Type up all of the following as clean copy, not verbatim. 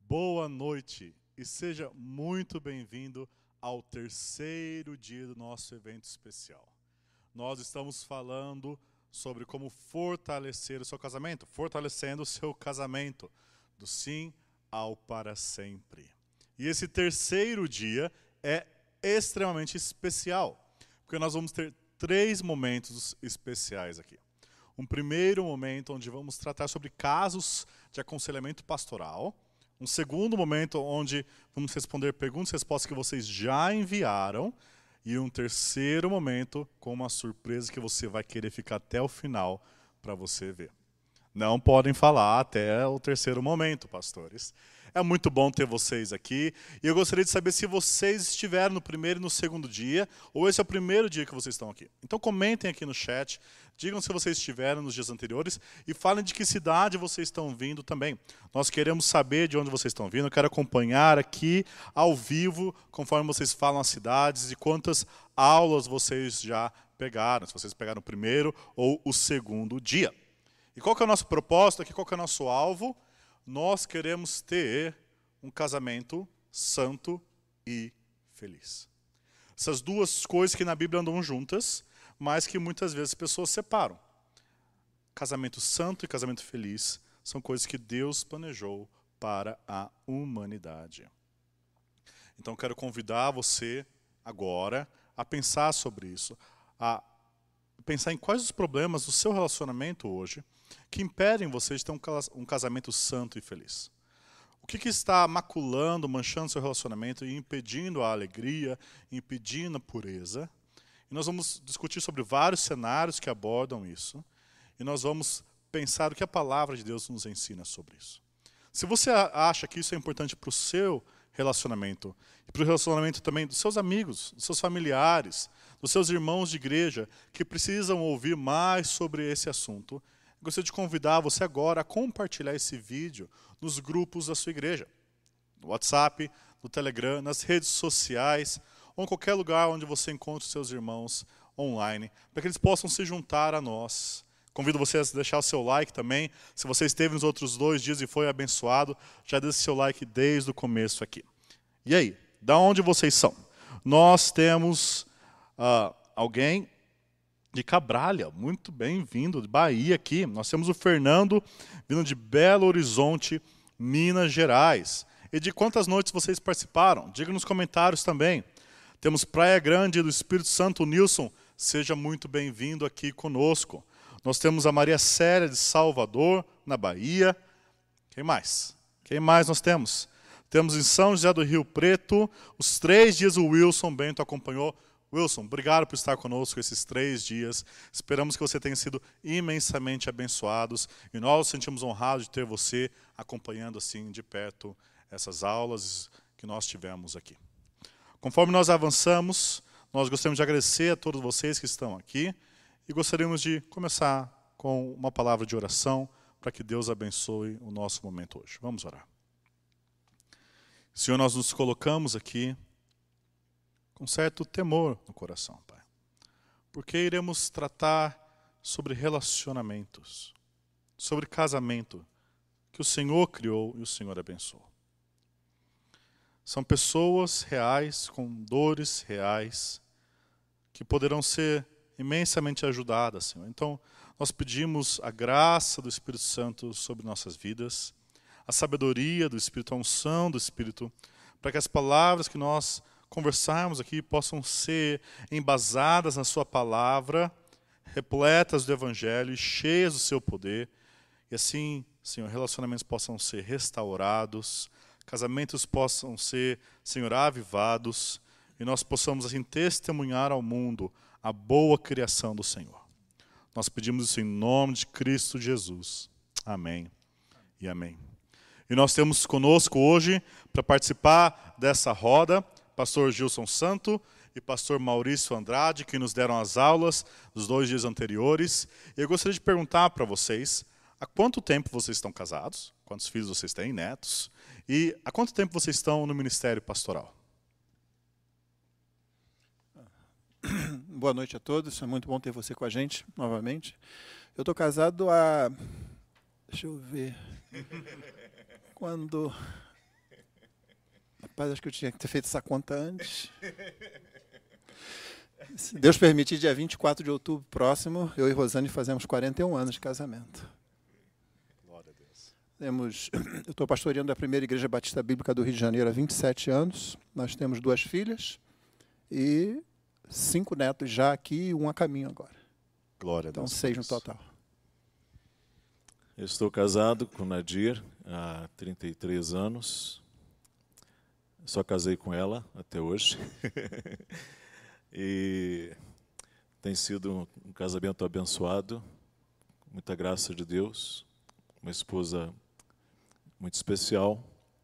Boa noite e seja muito bem-vindo ao terceiro dia do nosso evento especial. Nós estamos falando sobre como fortalecer o seu casamento, fortalecendo o seu casamento, do sim ao para sempre. E esse terceiro dia é extremamente especial, porque nós vamos ter 3 momentos especiais aqui. Um primeiro momento onde vamos tratar sobre casos de aconselhamento pastoral. Um segundo momento onde vamos responder perguntas e respostas que vocês já enviaram. E um terceiro momento com uma surpresa que você vai querer ficar até o final para você ver. Não podem falar até o terceiro momento, pastores. É muito bom ter vocês aqui. E eu gostaria de saber se vocês estiveram no primeiro e no segundo dia, ou esse é o primeiro dia que vocês estão aqui. Então comentem aqui no chat, digam se vocês estiveram nos dias anteriores e falem de que cidade vocês estão vindo também. Nós queremos saber de onde vocês estão vindo. Eu quero acompanhar aqui ao vivo, conforme vocês falam as cidades e quantas aulas vocês já pegaram, se vocês pegaram o primeiro ou o segundo dia. E qual que é o nosso propósito aqui, qual que é o nosso alvo? Nós queremos ter um casamento santo e feliz. Essas duas coisas que na Bíblia andam juntas, mas que muitas vezes as pessoas separam. Casamento santo e casamento feliz são coisas que Deus planejou para a humanidade. Então eu quero convidar você agora a pensar sobre isso, a pensar em quais os problemas do seu relacionamento hoje que impedem você de ter um casamento santo e feliz. O que está maculando, manchando seu relacionamento e impedindo a alegria, impedindo a pureza? E nós vamos discutir sobre vários cenários que abordam isso. E nós vamos pensar o que a palavra de Deus nos ensina sobre isso. Se você acha que isso é importante para o seu relacionamento, e para o relacionamento também dos seus amigos, dos seus familiares, dos seus irmãos de igreja, que precisam ouvir mais sobre esse assunto, eu gostaria de convidar você agora a compartilhar esse vídeo nos grupos da sua igreja. No WhatsApp, no Telegram, nas redes sociais, ou em qualquer lugar onde você encontre os seus irmãos online, para que eles possam se juntar a nós. Convido você a deixar o seu like também. Se você esteve nos outros 2 dias e foi abençoado, já deixe seu like desde o começo aqui. E aí, da onde vocês são? Nós temos alguém de Cabralha, muito bem-vindo, de Bahia aqui. Nós temos o Fernando, vindo de Belo Horizonte, Minas Gerais. E de quantas noites vocês participaram? Diga nos comentários também. Temos Praia Grande do Espírito Santo, Nilson, seja muito bem-vindo aqui conosco. Nós temos a Maria Célia de Salvador, na Bahia. Quem mais? Quem mais nós temos? Temos em São José do Rio Preto, os 3 dias o Wilson Bento acompanhou. Wilson, obrigado por estar conosco esses 3 dias. Esperamos que você tenha sido imensamente abençoados. E nós nos sentimos honrados de ter você acompanhando assim de perto essas aulas que nós tivemos aqui. Conforme nós avançamos, nós gostaríamos de agradecer a todos vocês que estão aqui. E gostaríamos de começar com uma palavra de oração para que Deus abençoe o nosso momento hoje. Vamos orar. Senhor, nós nos colocamos aqui com certo temor no coração, Pai. Porque iremos tratar sobre relacionamentos, sobre casamento, que o Senhor criou e o Senhor abençoou. São pessoas reais, com dores reais, que poderão ser imensamente ajudadas, Senhor. Então, nós pedimos a graça do Espírito Santo sobre nossas vidas, a sabedoria do Espírito, a unção do Espírito, para que as palavras que nós conversarmos aqui possam ser embasadas na sua palavra, repletas do Evangelho e cheias do seu poder. E assim, Senhor, relacionamentos possam ser restaurados, casamentos possam ser, Senhor, avivados, e nós possamos assim testemunhar ao mundo a boa criação do Senhor. Nós pedimos isso em nome de Cristo Jesus. Amém e amém. E nós temos conosco hoje, para participar dessa roda, pastor Gilson Santo e pastor Maurício Andrade, que nos deram as aulas dos 2 dias anteriores. E eu gostaria de perguntar para vocês, há quanto tempo vocês estão casados? Quantos filhos vocês têm, netos? E há quanto tempo vocês estão no ministério pastoral? Boa noite a todos, é muito bom ter você com a gente novamente. Eu estou casado há... Deixa eu ver... Quando Rapaz, acho que eu tinha que ter feito essa conta antes. Se Deus permitir, dia 24 de outubro próximo, eu e Rosane fazemos 41 anos de casamento. Glória a Deus. Eu estou pastoreando a primeira igreja batista bíblica do Rio de Janeiro há 27 anos. Nós temos 2 filhas e 5 netos já aqui e 1 a caminho agora. Glória a Deus. Então, 6 no total. Eu estou casado com Nadir há 33 anos. Só casei com ela até hoje. E tem sido um casamento abençoado, muita graça de Deus, uma esposa muito especial.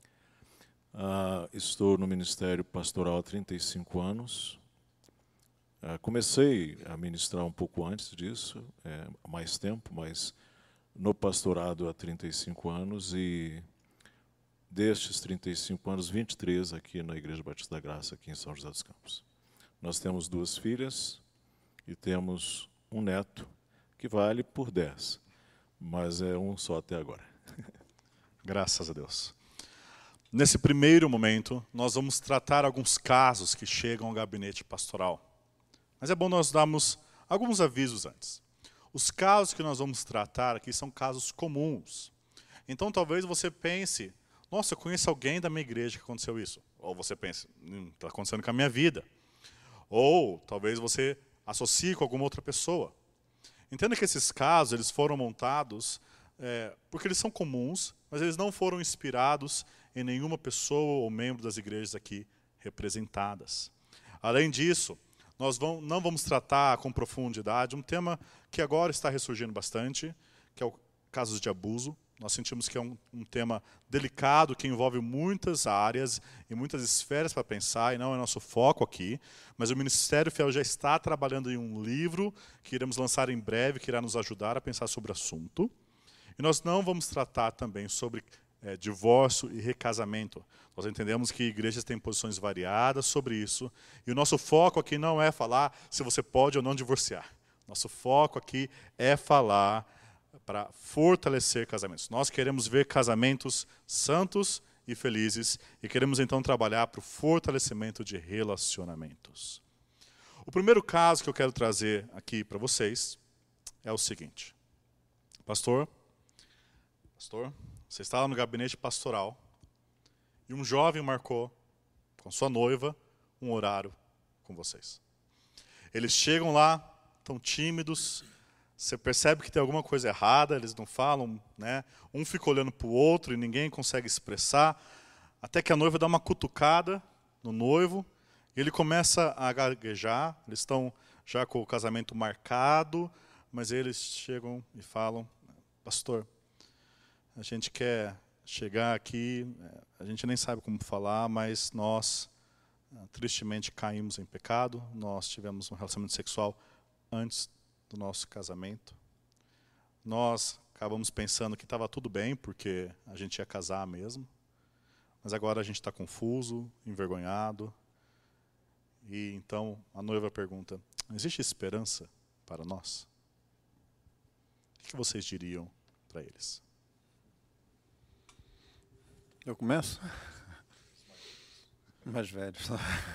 Estou no ministério pastoral há 35 anos. Comecei a ministrar um pouco antes disso, há mais tempo, mas no pastorado há 35 anos e destes 35 anos, 23 aqui na Igreja Batista da Graça, aqui em São José dos Campos. Nós temos 2 filhas e temos um neto que vale por 10, mas é um só até agora. Graças a Deus. Nesse primeiro momento, nós vamos tratar alguns casos que chegam ao gabinete pastoral. Mas é bom nós darmos alguns avisos antes. Os casos que nós vamos tratar aqui são casos comuns. Então talvez você pense, nossa, eu conheço alguém da minha igreja que aconteceu isso. Ou você pense, está acontecendo com a minha vida. Ou talvez você associe com alguma outra pessoa. Entenda que esses casos eles foram montados porque eles são comuns, mas eles não foram inspirados em nenhuma pessoa ou membro das igrejas aqui representadas. Além disso, nós não vamos tratar com profundidade um tema que agora está ressurgindo bastante, que é o casos de abuso. Nós sentimos que é um tema delicado, que envolve muitas áreas e muitas esferas para pensar, e não é nosso foco aqui. Mas o Ministério Fiel já está trabalhando em um livro que iremos lançar em breve, que irá nos ajudar a pensar sobre o assunto. E nós não vamos tratar também sobre divórcio e recasamento. Nós entendemos que igrejas têm posições variadas sobre isso, e o nosso foco aqui não é falar se você pode ou não divorciar. Nosso foco aqui é falar para fortalecer casamentos. Nós queremos ver casamentos santos e felizes e queremos então trabalhar para o fortalecimento de relacionamentos. O primeiro caso que eu quero trazer aqui para vocês é o seguinte. Pastor, você está lá no gabinete pastoral e um jovem marcou com sua noiva um horário com vocês. Eles chegam lá, tão tímidos, você percebe que tem alguma coisa errada, eles não falam, né? Um fica olhando para o outro e ninguém consegue expressar, até que a noiva dá uma cutucada no noivo, e ele começa a gaguejar, eles estão já com o casamento marcado, mas eles chegam e falam, pastor, a gente quer chegar aqui, a gente nem sabe como falar, mas nós tristemente caímos em pecado, nós tivemos um relacionamento sexual antes do nosso casamento. Nós acabamos pensando que estava tudo bem, porque a gente ia casar mesmo. Mas agora a gente está confuso, envergonhado. E então a noiva pergunta, existe esperança para nós? O que vocês diriam para eles? Eu começo? Mais velhos.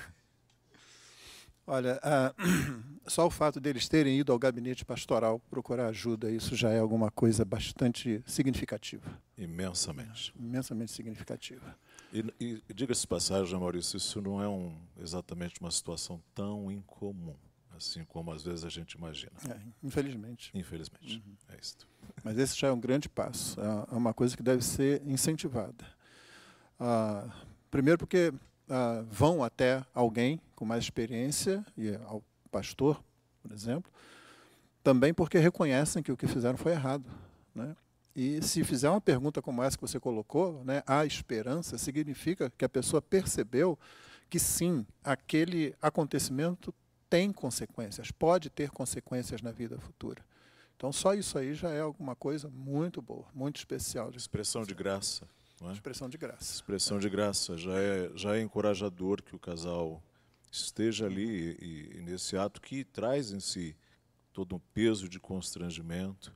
Olha, só o fato deles terem ido ao gabinete pastoral procurar ajuda, isso já é alguma coisa bastante significativa. Imensamente. Imensamente significativa. E diga-se de passagem, Maurício, isso não é exatamente uma situação tão incomum, assim como às vezes a gente imagina. Infelizmente. Infelizmente, é isso. Mas esse já é um grande passo, é uma coisa que deve ser incentivada. Primeiro porque vão até alguém com mais experiência, e ao pastor, por exemplo, também porque reconhecem que o que fizeram foi errado, né? E se fizer uma pergunta como essa que você colocou, né, há esperança, significa que a pessoa percebeu que sim, aquele acontecimento tem consequências, pode ter consequências na vida futura. Então só isso aí já é alguma coisa muito boa, muito especial. Expressão de graça. Não é? Expressão de graça. Expressão de graça. Já é encorajador que o casal esteja ali e nesse ato que traz em si todo um peso de constrangimento.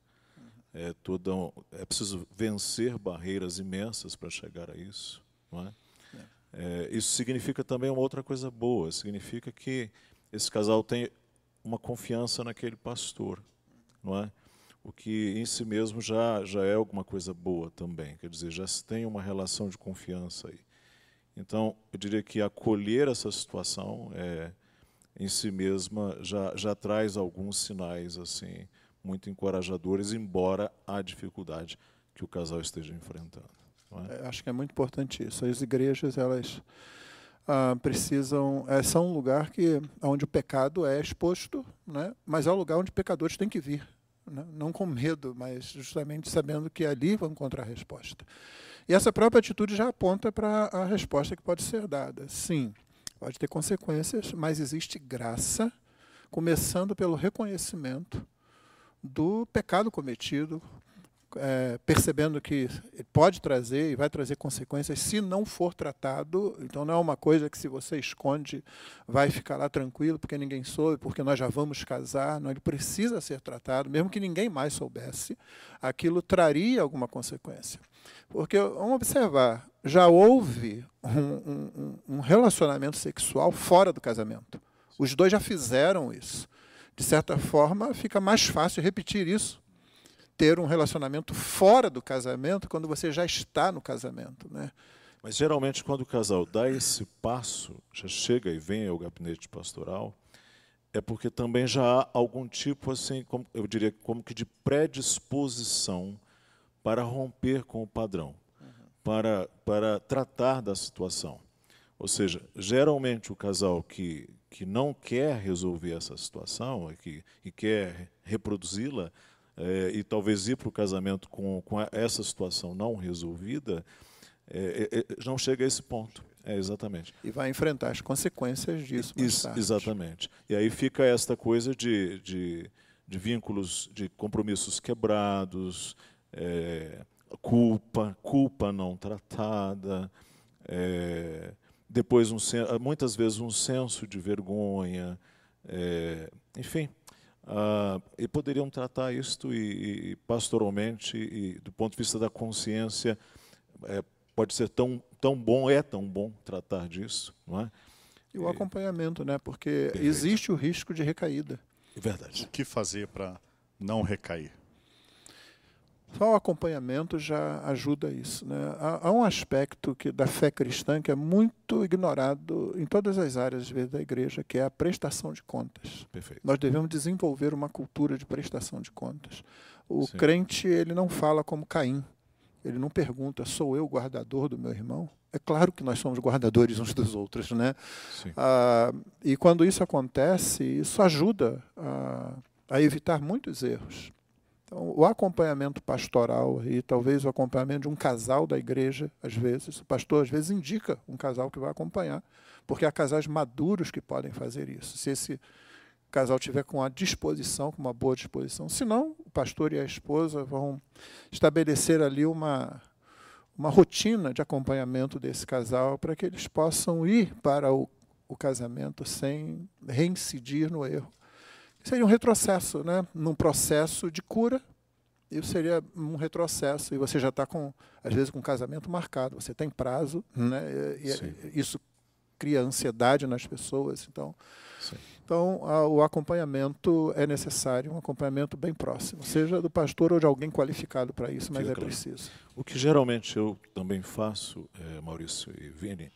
É preciso vencer barreiras imensas para chegar a isso. Não é? Isso significa também uma outra coisa boa, significa que esse casal tem uma confiança naquele pastor, não é? O que em si mesmo já é alguma coisa boa também, quer dizer, já se tem uma relação de confiança aí. Então, eu diria que acolher essa situação em si mesma já traz alguns sinais assim muito encorajadores, embora a dificuldade que o casal esteja enfrentando. Não é? Acho que é muito importante isso. As igrejas, elas precisam... são um lugar onde o pecado é exposto, né? Mas é um lugar onde pecadores têm que vir. Né? Não com medo, mas justamente sabendo que ali vão encontrar a resposta. E essa própria atitude já aponta para a resposta que pode ser dada. Sim, pode ter consequências, mas existe graça, começando pelo reconhecimento do pecado cometido, percebendo que pode trazer e vai trazer consequências se não for tratado. Então não é uma coisa que, se você esconde, vai ficar lá tranquilo porque ninguém soube, porque nós já vamos casar. Não, ele precisa ser tratado, mesmo que ninguém mais soubesse, aquilo traria alguma consequência. Porque, vamos observar, já houve um relacionamento sexual fora do casamento. Os dois já fizeram isso. De certa forma, fica mais fácil repetir isso, ter um relacionamento fora do casamento, quando você já está no casamento, né? Mas, geralmente, quando o casal dá esse passo, já chega e vem ao gabinete pastoral, é porque também já há algum tipo, assim, eu diria, como que de predisposição para romper com o padrão, para tratar da situação. Ou seja, geralmente o casal que não quer resolver essa situação e quer reproduzi-la, e talvez ir para o casamento com essa situação não resolvida, não chega a esse ponto. Exatamente. E vai enfrentar as consequências disso mais tarde. Exatamente. E aí fica esta coisa de vínculos, de compromissos quebrados, culpa não tratada, depois muitas vezes um senso de vergonha, enfim. E poderiam tratar isto e pastoralmente, e do ponto de vista da consciência, pode ser tão bom tratar disso, não é? E o acompanhamento, né? Porque Perfeito. Existe o risco de recaída. É verdade. O que fazer para não recair? Só o acompanhamento já ajuda isso, né? Há um aspecto da fé cristã que é muito ignorado em todas as áreas, às vezes, da igreja, que é a prestação de contas. Perfeito. Nós devemos desenvolver uma cultura de prestação de contas. O Sim. crente, ele não fala como Caim. Ele não pergunta, sou eu o guardador do meu irmão? É claro que nós somos guardadores uns dos outros, né? Sim. E quando isso acontece, isso ajuda a evitar muitos erros. Então, o acompanhamento pastoral e talvez o acompanhamento de um casal da igreja, às vezes, o pastor às vezes indica um casal que vai acompanhar, porque há casais maduros que podem fazer isso. Se esse casal tiver com a disposição, com uma boa disposição, senão o pastor e a esposa vão estabelecer ali uma rotina de acompanhamento desse casal para que eles possam ir para o casamento sem reincidir no erro. Seria um retrocesso, né? Num processo de cura, isso seria um retrocesso. E você já está, às vezes, com o casamento marcado. Você tem prazo, né? E isso cria ansiedade nas pessoas. Então, o acompanhamento é necessário, um acompanhamento bem próximo, seja do pastor ou de alguém qualificado para isso, mas Fica claro. Preciso. O que geralmente eu também faço, Maurício e Vini,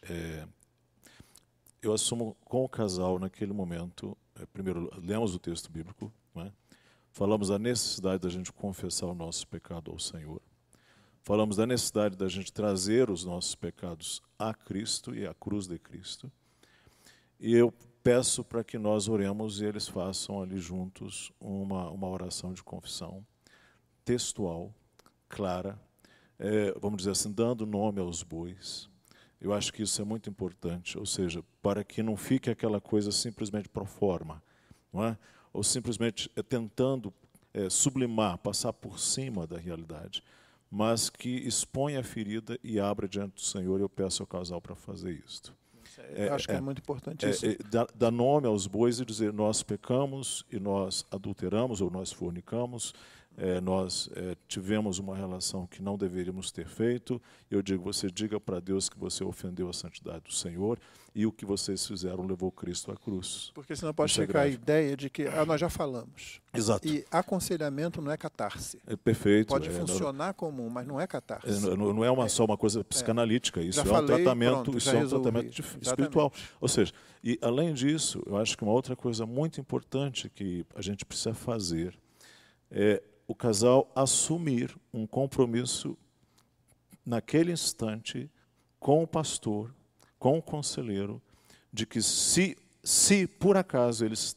eu assumo com o casal naquele momento. Primeiro, lemos o texto bíblico, né? Falamos da necessidade da gente confessar o nosso pecado ao Senhor. Falamos da necessidade da gente trazer os nossos pecados a Cristo e à cruz de Cristo. E eu peço para que nós oremos e eles façam ali juntos uma oração de confissão textual, clara, vamos dizer assim, dando nome aos bois. Eu acho que isso é muito importante, ou seja, para que não fique aquela coisa simplesmente pro forma, não é? Ou simplesmente tentando sublimar, passar por cima da realidade, mas que exponha a ferida e abra diante do Senhor. Eu peço ao casal para fazer isto. Eu acho que é muito importante isso. Dar nome aos bois e dizer, nós pecamos e nós adulteramos ou nós fornicamos, nós tivemos uma relação que não deveríamos ter feito. Eu digo, você diga para Deus que você ofendeu a santidade do Senhor e o que vocês fizeram levou Cristo à cruz. Porque senão pode Isso é ficar a grave. ideia de que nós já falamos. Exato. E aconselhamento não é catarse. Perfeito. Pode funcionar como mas não é catarse. Não é só uma coisa psicanalítica, isso Já é um falei, tratamento, pronto, isso já é um resolvi. tratamento Exatamente. espiritual. Ou seja, e além disso, eu acho que uma outra coisa muito importante que a gente precisa fazer é o casal assumir um compromisso naquele instante com o pastor, com o conselheiro, de que se por acaso eles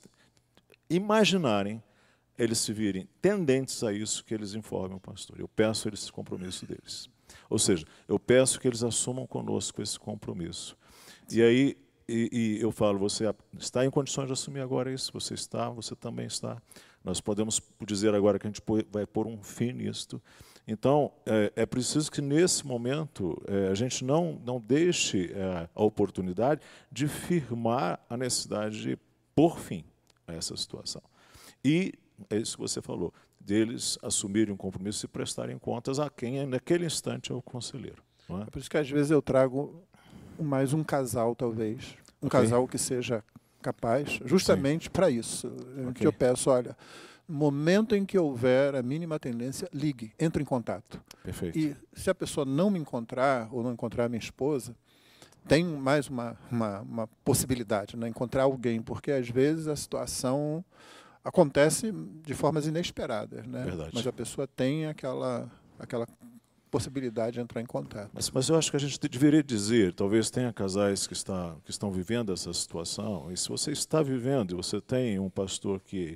imaginarem, eles se virem tendentes a isso, que eles informem o pastor. Eu peço esse compromisso deles. Ou seja, eu peço que eles assumam conosco esse compromisso. E aí eu falo, você está em condições de assumir agora isso? Você está, você também está. Nós podemos dizer agora que a gente vai pôr um fim nisto. Então, é preciso que, nesse momento, a gente não deixe a oportunidade de firmar a necessidade de pôr fim a essa situação. E, é isso que você falou, deles assumirem um compromisso e prestarem contas a quem, naquele instante, é o conselheiro. Não é? É por isso que, às vezes, eu trago mais um casal, talvez. Um casal que seja capaz, justamente para isso. Que eu peço, olha, no momento em que houver a mínima tendência, ligue, entre em contato. Perfeito. E se a pessoa não me encontrar, ou não encontrar a minha esposa, tem mais uma possibilidade, né? Encontrar alguém, porque às vezes a situação acontece de formas inesperadas, né? Verdade. Mas a pessoa tem aquela possibilidade de entrar em contato. Mas eu acho que a gente deveria dizer, talvez tenha casais que estão vivendo essa situação, e se você está vivendo e você tem um pastor que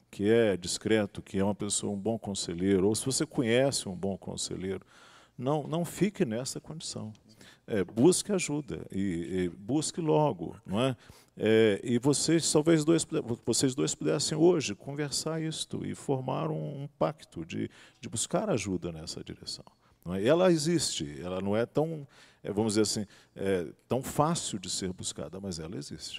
é discreto, que é uma pessoa, um bom conselheiro, ou se você conhece um bom conselheiro, não fique nessa condição. Busque ajuda e busque logo, não é? E talvez vocês dois pudessem hoje conversar isto e formar um pacto de buscar ajuda nessa direção. Não é? Ela existe, ela não é tão, vamos dizer assim, tão fácil de ser buscada, mas ela existe.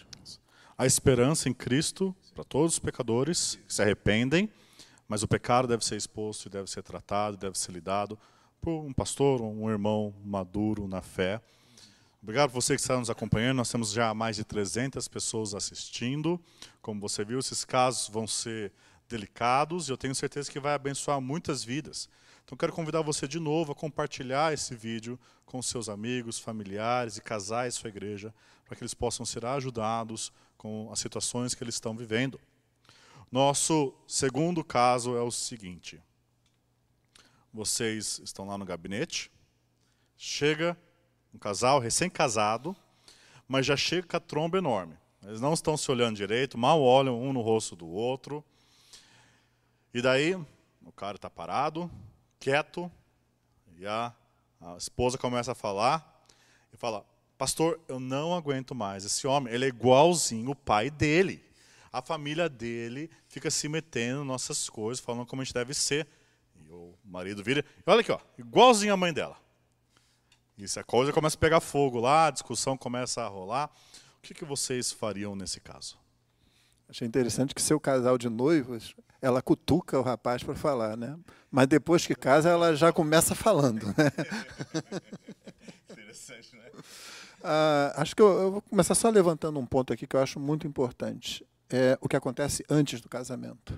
A esperança em Cristo para todos os pecadores que se arrependem, mas o pecado deve ser exposto, deve ser tratado, deve ser lidado por um pastor, um irmão maduro na fé. Obrigado por você que está nos acompanhando. Nós temos já mais de 300 pessoas assistindo. Como você viu, esses casos vão ser delicados e eu tenho certeza que vai abençoar muitas vidas. Então, quero convidar você de novo a compartilhar esse vídeo com seus amigos, familiares e casais da sua igreja, para que eles possam ser ajudados com as situações que eles estão vivendo. Nosso segundo caso é o seguinte. Vocês estão lá no gabinete, chega um casal recém-casado, mas já chega com a tromba enorme. Eles não estão se olhando direito, mal olham um no rosto do outro. E daí, o cara está parado, quieto, e a esposa começa a falar, e fala, pastor, eu não aguento mais, esse homem, ele é igualzinho o pai dele. A família dele fica se metendo nas nossas coisas, falando como a gente deve ser. E o marido vira, e olha aqui, ó, igualzinho a mãe dela. E se a coisa começa a pegar fogo lá, a discussão começa a rolar, o que vocês fariam nesse caso? Achei interessante que seu casal de noivos, ela cutuca o rapaz para falar, né? Mas depois que casa, ela já começa falando, né? Interessante, né? Acho que eu vou começar só levantando um ponto aqui que eu acho muito importante. É o que acontece antes do casamento.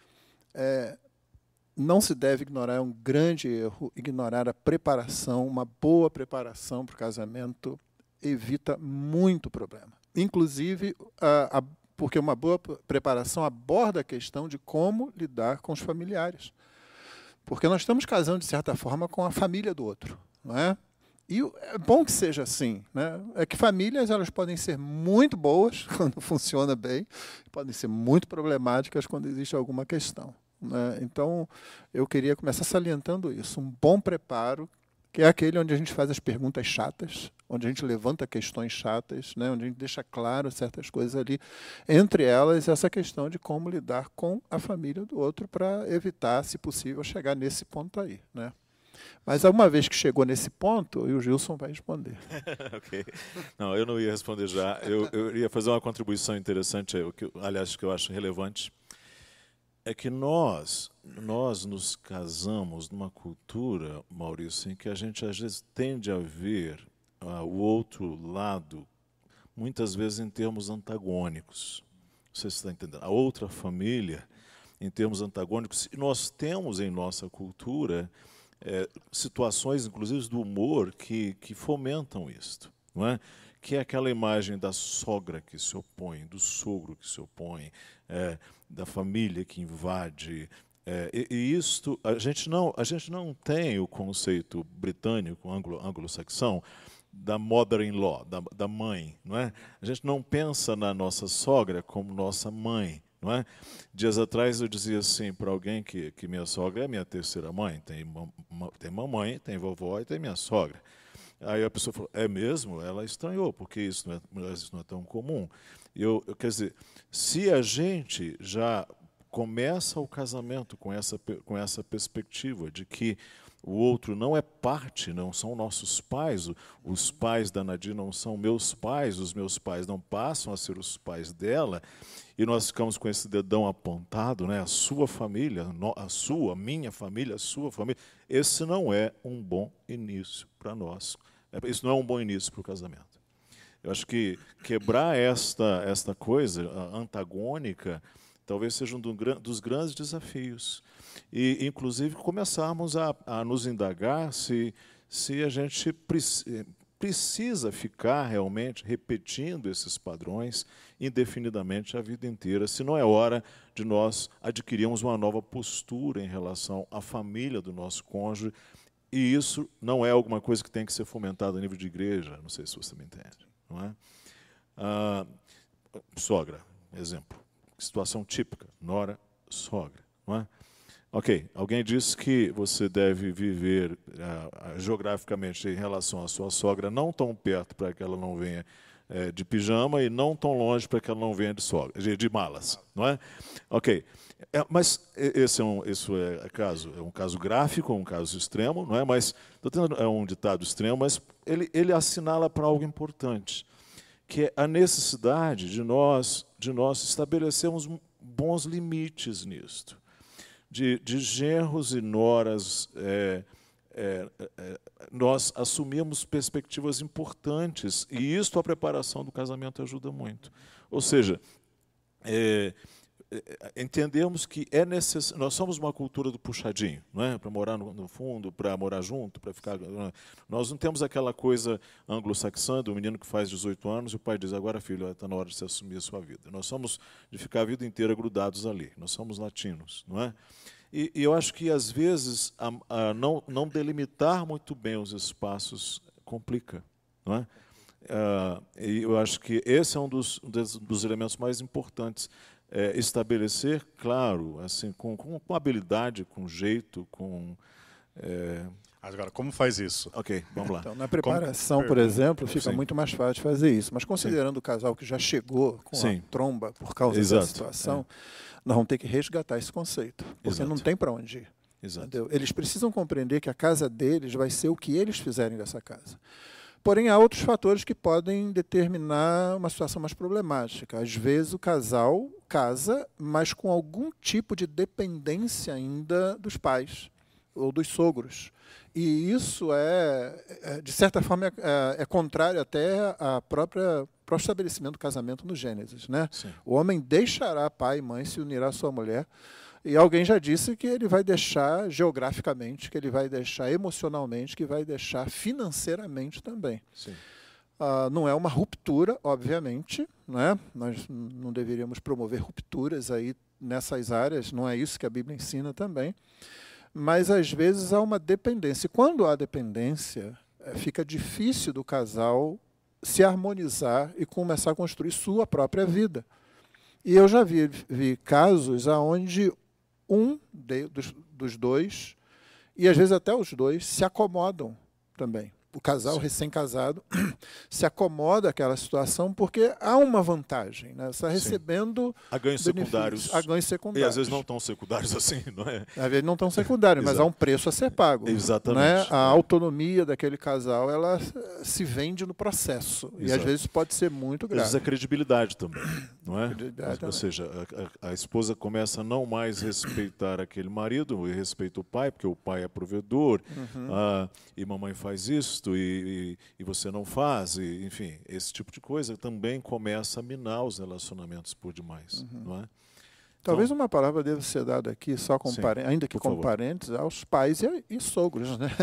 Não se deve ignorar, é um grande erro, ignorar a preparação, uma boa preparação para o casamento evita muito problema. Inclusive, porque uma boa preparação aborda a questão de como lidar com os familiares. Porque nós estamos casando, de certa forma, com a família do outro, não é? E é bom que seja assim, né? É que famílias elas podem ser muito boas quando funciona bem, podem ser muito problemáticas quando existe alguma questão, né? Então, eu queria começar salientando isso, um bom preparo, que é aquele onde a gente faz as perguntas chatas, onde a gente levanta questões chatas, né? Onde a gente deixa claro certas coisas ali. Entre elas, essa questão de como lidar com a família do outro para evitar, se possível, chegar nesse ponto aí, né? Mas uma vez que chegou nesse ponto, o Gilson vai responder. Ok. Não, eu não ia responder já. Eu ia fazer uma contribuição interessante, aliás, que eu acho relevante. é que nós nos casamos numa cultura, Maurício, em que a gente às vezes tende a ver o outro lado, muitas vezes em termos antagônicos. Você está entendendo? A outra família, em termos antagônicos, e nós temos em nossa cultura situações, inclusive do humor, que fomentam isto, não é? Que é aquela imagem da sogra que se opõe, do sogro que se opõe, da família que invade. E isto, a gente não tem o conceito britânico, anglo-saxão, da mother-in-law, da mãe, não é? A gente não pensa na nossa sogra como nossa mãe, não é? Dias atrás eu dizia assim para alguém que minha sogra é minha terceira mãe, tem mamãe, tem vovó e tem minha sogra. Aí a pessoa falou, é mesmo? Ela estranhou, porque isso não é tão comum. Quer dizer, se a gente já começa o casamento com essa perspectiva de que o outro não é parte, não são nossos pais, os pais da Nadir não são meus pais, os meus pais não passam a ser os pais dela, e nós ficamos com esse dedão apontado, né? A sua família, a minha família, a sua família. Esse não é um bom início para nós. Isso não é um bom início para o casamento. Eu acho que quebrar esta coisa antagônica talvez seja um dos grandes desafios. E, inclusive, começarmos a nos indagar se a gente precisa ficar realmente repetindo esses padrões indefinidamente a vida inteira, se não é hora de nós adquirirmos uma nova postura em relação à família do nosso cônjuge. E isso não é alguma coisa que tem que ser fomentada a nível de igreja, não sei se você me entende. Não é? Sogra, exemplo. Situação típica, nora, sogra. Não é? Ok, alguém disse que você deve viver geograficamente em relação à sua sogra não tão perto para que ela não venha de pijama e não tão longe para que ela não venha de malas. Não é? Ok. Mas isso é um caso gráfico, um caso extremo, não é? Mas é um ditado extremo, mas ele assinala para algo importante, que é a necessidade de nós estabelecermos bons limites nisto, de genros e noras, nós assumimos perspectivas importantes, e isto a preparação do casamento ajuda muito. Ou seja, entendemos que é necessário. Nós somos uma cultura do puxadinho, não é? Para morar no fundo, para morar junto, para ficar. Nós não temos aquela coisa anglo-saxã do menino que faz 18 anos e o pai diz: agora, filho, está na hora de você assumir a sua vida. Nós somos de ficar a vida inteira grudados ali. Nós somos latinos, não é? E eu acho que às vezes não delimitar muito bem os espaços complica, não é? E eu acho que esse é um dos elementos mais importantes. Estabelecer, claro, assim, com habilidade, com jeito, com... Agora, como faz isso? Ok, vamos lá. Então, na preparação, por exemplo, fica muito mais fácil de fazer isso. Mas considerando o casal que já chegou com a tromba por causa da situação, nós vamos ter que resgatar esse conceito, porque não tem para onde ir. Entendeu? Eles precisam compreender que a casa deles vai ser o que eles fizerem dessa casa. Porém, há outros fatores que podem determinar uma situação mais problemática. Às vezes, o casal casa, mas com algum tipo de dependência ainda dos pais ou dos sogros. E isso de certa forma, é contrário até ao próprio estabelecimento do casamento no Gênesis, né? O homem deixará pai e mãe, se unirá à sua mulher. E alguém já disse que ele vai deixar geograficamente, que ele vai deixar emocionalmente, que vai deixar financeiramente também. Não é uma ruptura, obviamente, né? Nós não deveríamos promover rupturas aí nessas áreas, não é isso que a Bíblia ensina também. Mas, às vezes, há uma dependência. E quando há dependência, fica difícil do casal se harmonizar e começar a construir sua própria vida. E eu já vi casos onde dos dois, e às vezes até os dois, se acomodam também. O casal recém-casado se acomoda àquela situação porque há uma vantagem, né? Você está recebendo há ganhos secundários. Há ganhos secundários. E às vezes não tão secundários assim, não é? Às vezes não tão secundários, mas há um preço a ser pago. Exatamente. Né? A autonomia daquele casal, ela se vende no processo. E às vezes pode ser muito grave. Às vezes a credibilidade também. não é? Ou seja, a esposa começa a não mais respeitar aquele marido, e respeita o pai, porque o pai é provedor, e mamãe faz isto, e você não faz, e, enfim, esse tipo de coisa também começa a minar os relacionamentos por demais, não é? Talvez uma palavra deva ser dada aqui, só com ainda que com parênteses, aos pais e sogros, né?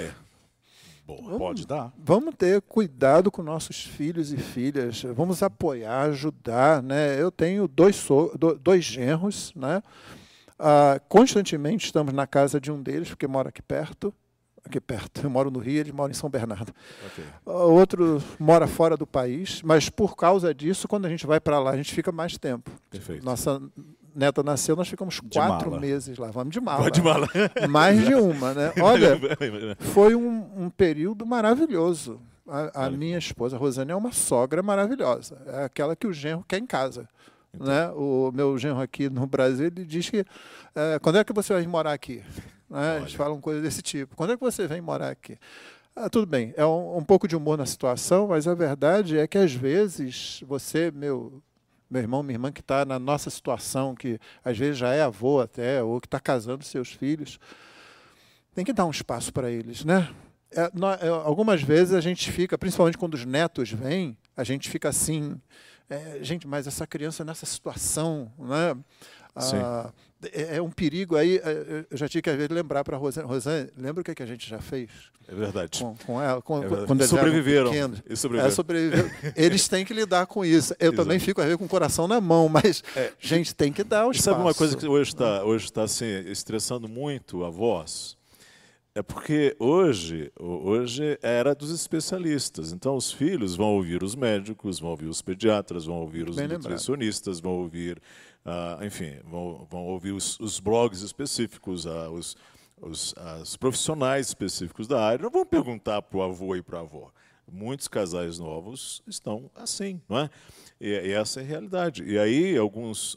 Boa, pode dar. Vamos ter cuidado com nossos filhos e filhas, vamos apoiar, ajudar, né? Eu tenho dois genros, né? Constantemente estamos na casa de um deles, porque mora aqui perto. Eu moro no Rio, ele mora em São Bernardo. Okay. O outro mora fora do país, mas por causa disso, quando a gente vai para lá, a gente fica mais tempo. Perfeito. Nossa neta nasceu, nós ficamos 4 meses lá. Vamos de mala. Vai de mala. Mais de uma, né? Olha, foi um período maravilhoso. A minha esposa, a Rosane, é uma sogra maravilhosa. É aquela que o genro quer em casa. Então. Né? O meu genro aqui no Brasil, ele diz que quando é que você vai morar aqui? Né? Eles falam coisas desse tipo. Quando é que você vem morar aqui? Tudo bem, é um pouco de humor na situação, mas a verdade é que às vezes você, meu irmão, minha irmã, que está na nossa situação, que às vezes já é avô até, ou que está casando seus filhos, tem que dar um espaço para eles, né? Algumas vezes a gente fica, principalmente quando os netos vêm, a gente fica assim, gente, mas essa criança nessa situação, né? É um perigo aí. Eu já tinha que às vezes lembrar para a Rosane. Rosane, lembra o que a gente já fez? É verdade. Com ela, quando eles sobreviveram. Sobreviveram. Eles têm que lidar com isso. Eu também fico às vezes com o coração na mão, mas gente tem que dar o espaço. Sabe uma coisa que hoje está assim, estressando muito a voz? É porque hoje é a era dos especialistas. Então, os filhos vão ouvir os médicos, vão ouvir os pediatras, vão ouvir os nutricionistas, vão ouvir, enfim, vão ouvir os blogs específicos, os profissionais específicos da área. Não vão perguntar para o avô e para a avó. Muitos casais novos estão assim, não é? E essa é a realidade. E aí, alguns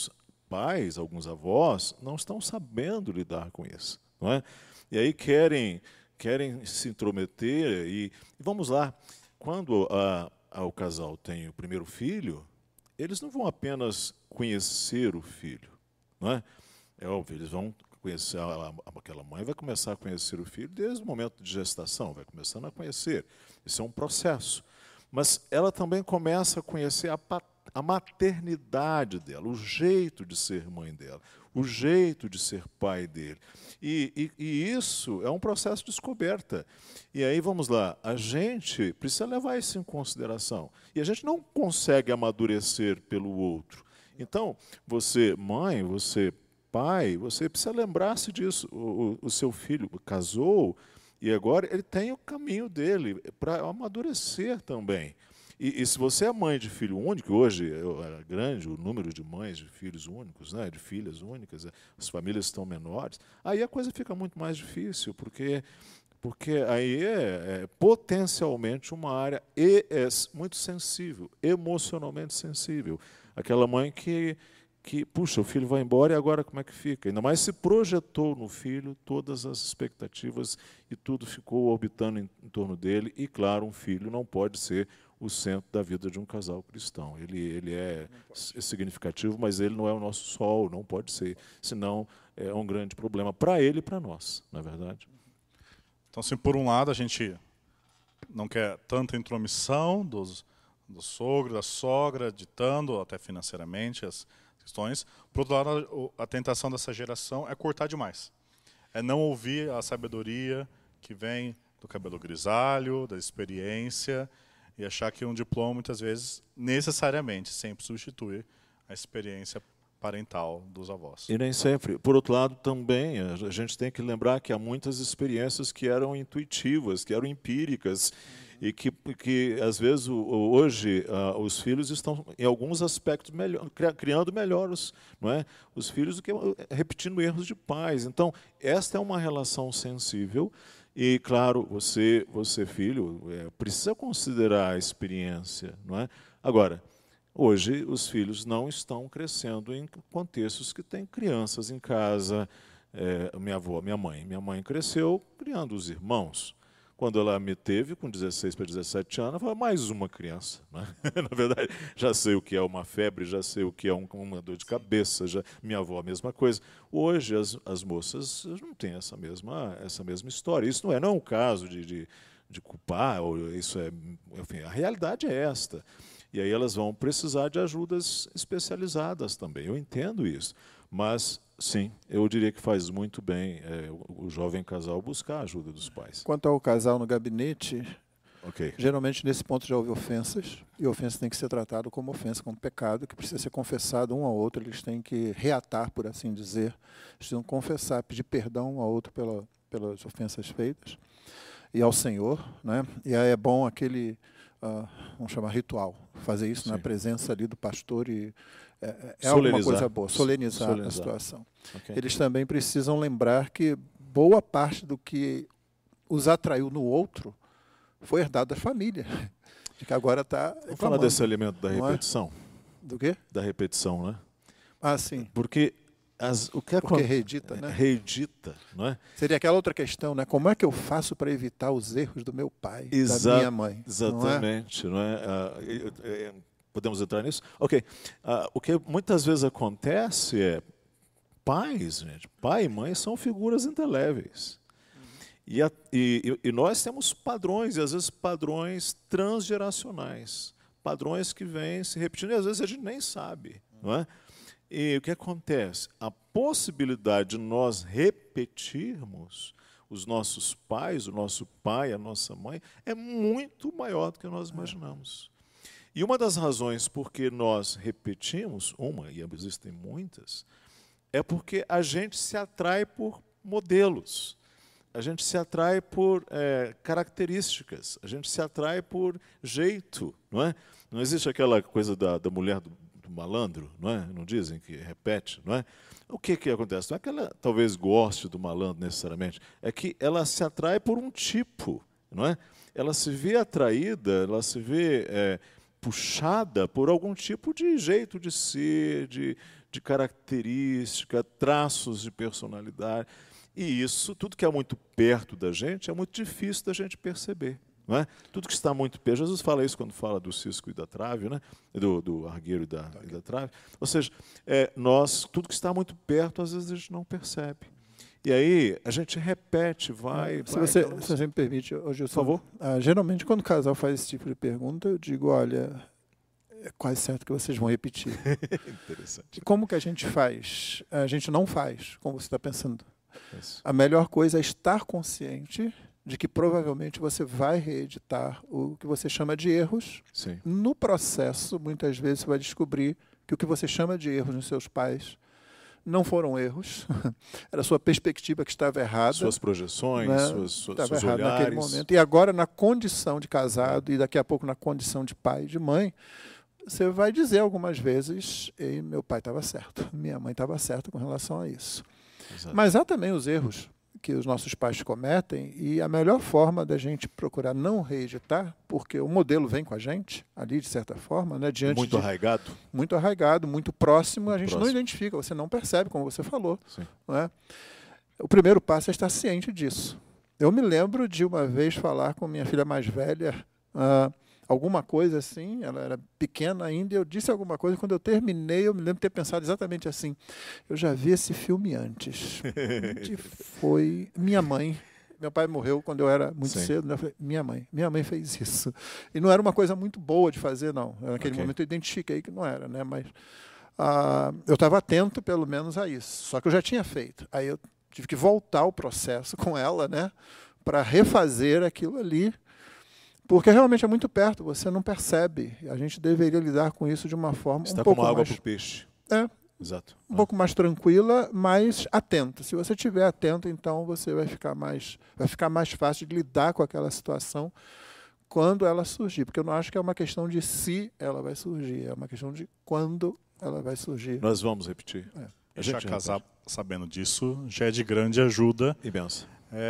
pais, alguns avós, não estão sabendo lidar com isso, não é? E aí querem se intrometer e vamos lá, quando o casal tem o primeiro filho, eles não vão apenas conhecer o filho, não é? É óbvio, eles vão conhecer, aquela mãe vai começar a conhecer o filho desde o momento de gestação, vai começando a conhecer, isso é um processo, mas ela também começa a conhecer a maternidade dela, o jeito de ser mãe dela, o jeito de ser pai dele. E isso é um processo de descoberta. E aí, vamos lá, a gente precisa levar isso em consideração. E a gente não consegue amadurecer pelo outro. Então, você, mãe, você, pai, você precisa lembrar-se disso. O seu filho casou e agora ele tem o caminho dele para amadurecer também. E se você é mãe de filho único, hoje é grande o número de mães de filhos únicos, né, de filhas únicas, as famílias estão menores, aí a coisa fica muito mais difícil, porque aí é potencialmente uma área muito sensível, emocionalmente sensível. Aquela mãe que, puxa, o filho vai embora e agora como é que fica? Ainda mais se projetou no filho todas as expectativas e tudo ficou orbitando em torno dele. E, claro, um filho não pode ser o centro da vida de um casal cristão. Ele é significativo, mas ele não é o nosso sol, não pode ser. Senão é um grande problema para ele e para nós, não é verdade? Então, assim, por um lado, a gente não quer tanta intromissão do sogro, da sogra, ditando até financeiramente as questões. Por outro lado, a tentação dessa geração é cortar demais. É não ouvir a sabedoria que vem do cabelo grisalho, da experiência, e achar que um diploma, muitas vezes, necessariamente, sempre substitui a experiência parental dos avós. E nem sempre. Por outro lado, também, a gente tem que lembrar que há muitas experiências que eram intuitivas, que eram empíricas, e que às vezes, hoje, os filhos estão, em alguns aspectos, criando melhor os filhos do que repetindo erros de pais. Então, esta é uma relação sensível. E, claro, você filho, precisa considerar a experiência, não é? Agora, hoje, os filhos não estão crescendo em contextos que têm crianças em casa. Minha mãe cresceu criando os irmãos. Quando ela me teve, com 16 para 17 anos, foi mais uma criança. Né? Na verdade, já sei o que é uma febre, já sei o que é uma dor de cabeça, minha avó a mesma coisa. Hoje, as moças não têm essa mesma história. Isso não é um caso de culpar, isso enfim, a realidade é esta. E aí elas vão precisar de ajudas especializadas também. Eu entendo isso. Mas, sim, eu diria que faz muito bem o jovem casal buscar a ajuda dos pais. Quanto ao casal no gabinete, Okay. geralmente nesse ponto já houve ofensas, e ofensa tem que ser tratado como ofensa, como pecado, que precisa ser confessado um ao outro, eles têm que reatar, por assim dizer, eles precisam confessar, pedir perdão um ao outro pelas ofensas feitas, e ao Senhor, né? E aí é bom aquele, vamos chamar ritual, fazer isso na presença ali do pastor e é alguma coisa boa, solenizar a situação. Okay. Eles também precisam lembrar que boa parte do que os atraiu no outro foi herdado da família, de que agora está... Vamos falar desse elemento da repetição. Do quê? Da repetição, né? Ah, sim. Porque porque reedita, né? Reedita, não é? Seria aquela outra questão, né? Como é que eu faço para evitar os erros do meu pai, da minha mãe? Exatamente, não é? Podemos entrar nisso? Ok. O que muitas vezes acontece é pais, gente, pai e mãe são figuras indeléveis. E nós temos padrões, e às vezes padrões transgeracionais, padrões que vêm se repetindo, e às vezes a gente nem sabe, não é? E o que acontece? A possibilidade de nós repetirmos os nossos pais, o nosso pai, a nossa mãe, é muito maior do que nós imaginamos. E uma das razões por que nós repetimos, e existem muitas, é porque a gente se atrai por modelos. A gente se atrai por características, a gente se atrai por jeito, não é? Não existe aquela coisa da mulher do malandro, não é? Não dizem que repete, não é? O que acontece? Não é que ela talvez goste do malandro necessariamente, é que ela se atrai por um tipo, não é? Ela se vê atraída, ela se vê puxada por algum tipo de jeito de ser, de característica, traços de personalidade. E isso, tudo que é muito perto da gente, é muito difícil da gente perceber. Não é? Tudo que está muito perto, Jesus fala isso quando fala do cisco e da trave, né? do argueiro e da trave. Ou seja, tudo que está muito perto, às vezes a gente não percebe. E aí a gente repete, Se você me permite, hoje por favor. Geralmente, quando o casal faz esse tipo de pergunta, eu digo, olha, é quase certo que vocês vão repetir. Interessante. E como que a gente faz? A gente não faz, como você está pensando. Isso. A melhor coisa é estar consciente de que provavelmente você vai reeditar o que você chama de erros. Sim. No processo, muitas vezes você vai descobrir que o que você chama de erros nos seus pais não foram erros, era a sua perspectiva que estava errada. Suas projeções, né? seus olhares. Naquele momento. E agora, na condição de casado, e daqui a pouco na condição de pai e de mãe, você vai dizer algumas vezes, meu pai estava certo, minha mãe estava certa com relação a isso. Exato. Mas há também os erros que os nossos pais cometem, e a melhor forma da gente procurar não reeditar, porque o modelo vem com a gente, ali de certa forma, né, muito arraigado. Muito arraigado, muito próximo, a gente não identifica, você não percebe, como você falou. Não é? O primeiro passo é estar ciente disso. Eu me lembro de uma vez falar com minha filha mais velha, alguma coisa assim, ela era pequena ainda, e eu disse alguma coisa, quando eu terminei, eu me lembro de ter pensado exatamente assim, eu já vi esse filme antes. Onde foi? Minha mãe. Meu pai morreu quando eu era muito cedo, né? Eu falei, minha mãe fez isso. E não era uma coisa muito boa de fazer, não. Naquele momento eu identifiquei que não era, né? Mas eu estava atento, pelo menos, a isso. Só que eu já tinha feito. Aí eu tive que voltar ao processo com ela, né? Para refazer aquilo ali, porque realmente é muito perto, você não percebe. A gente deveria lidar com isso de uma forma um pouco mais... água para o peixe. Exato. Um pouco mais tranquila, mas atento. Se você estiver atento, então você vai ficar mais fácil de lidar com aquela situação quando ela surgir. Porque eu não acho que é uma questão de se ela vai surgir, é uma questão de quando ela vai surgir. Nós vamos repetir. A gente casar sabendo disso já é de grande ajuda. E benção.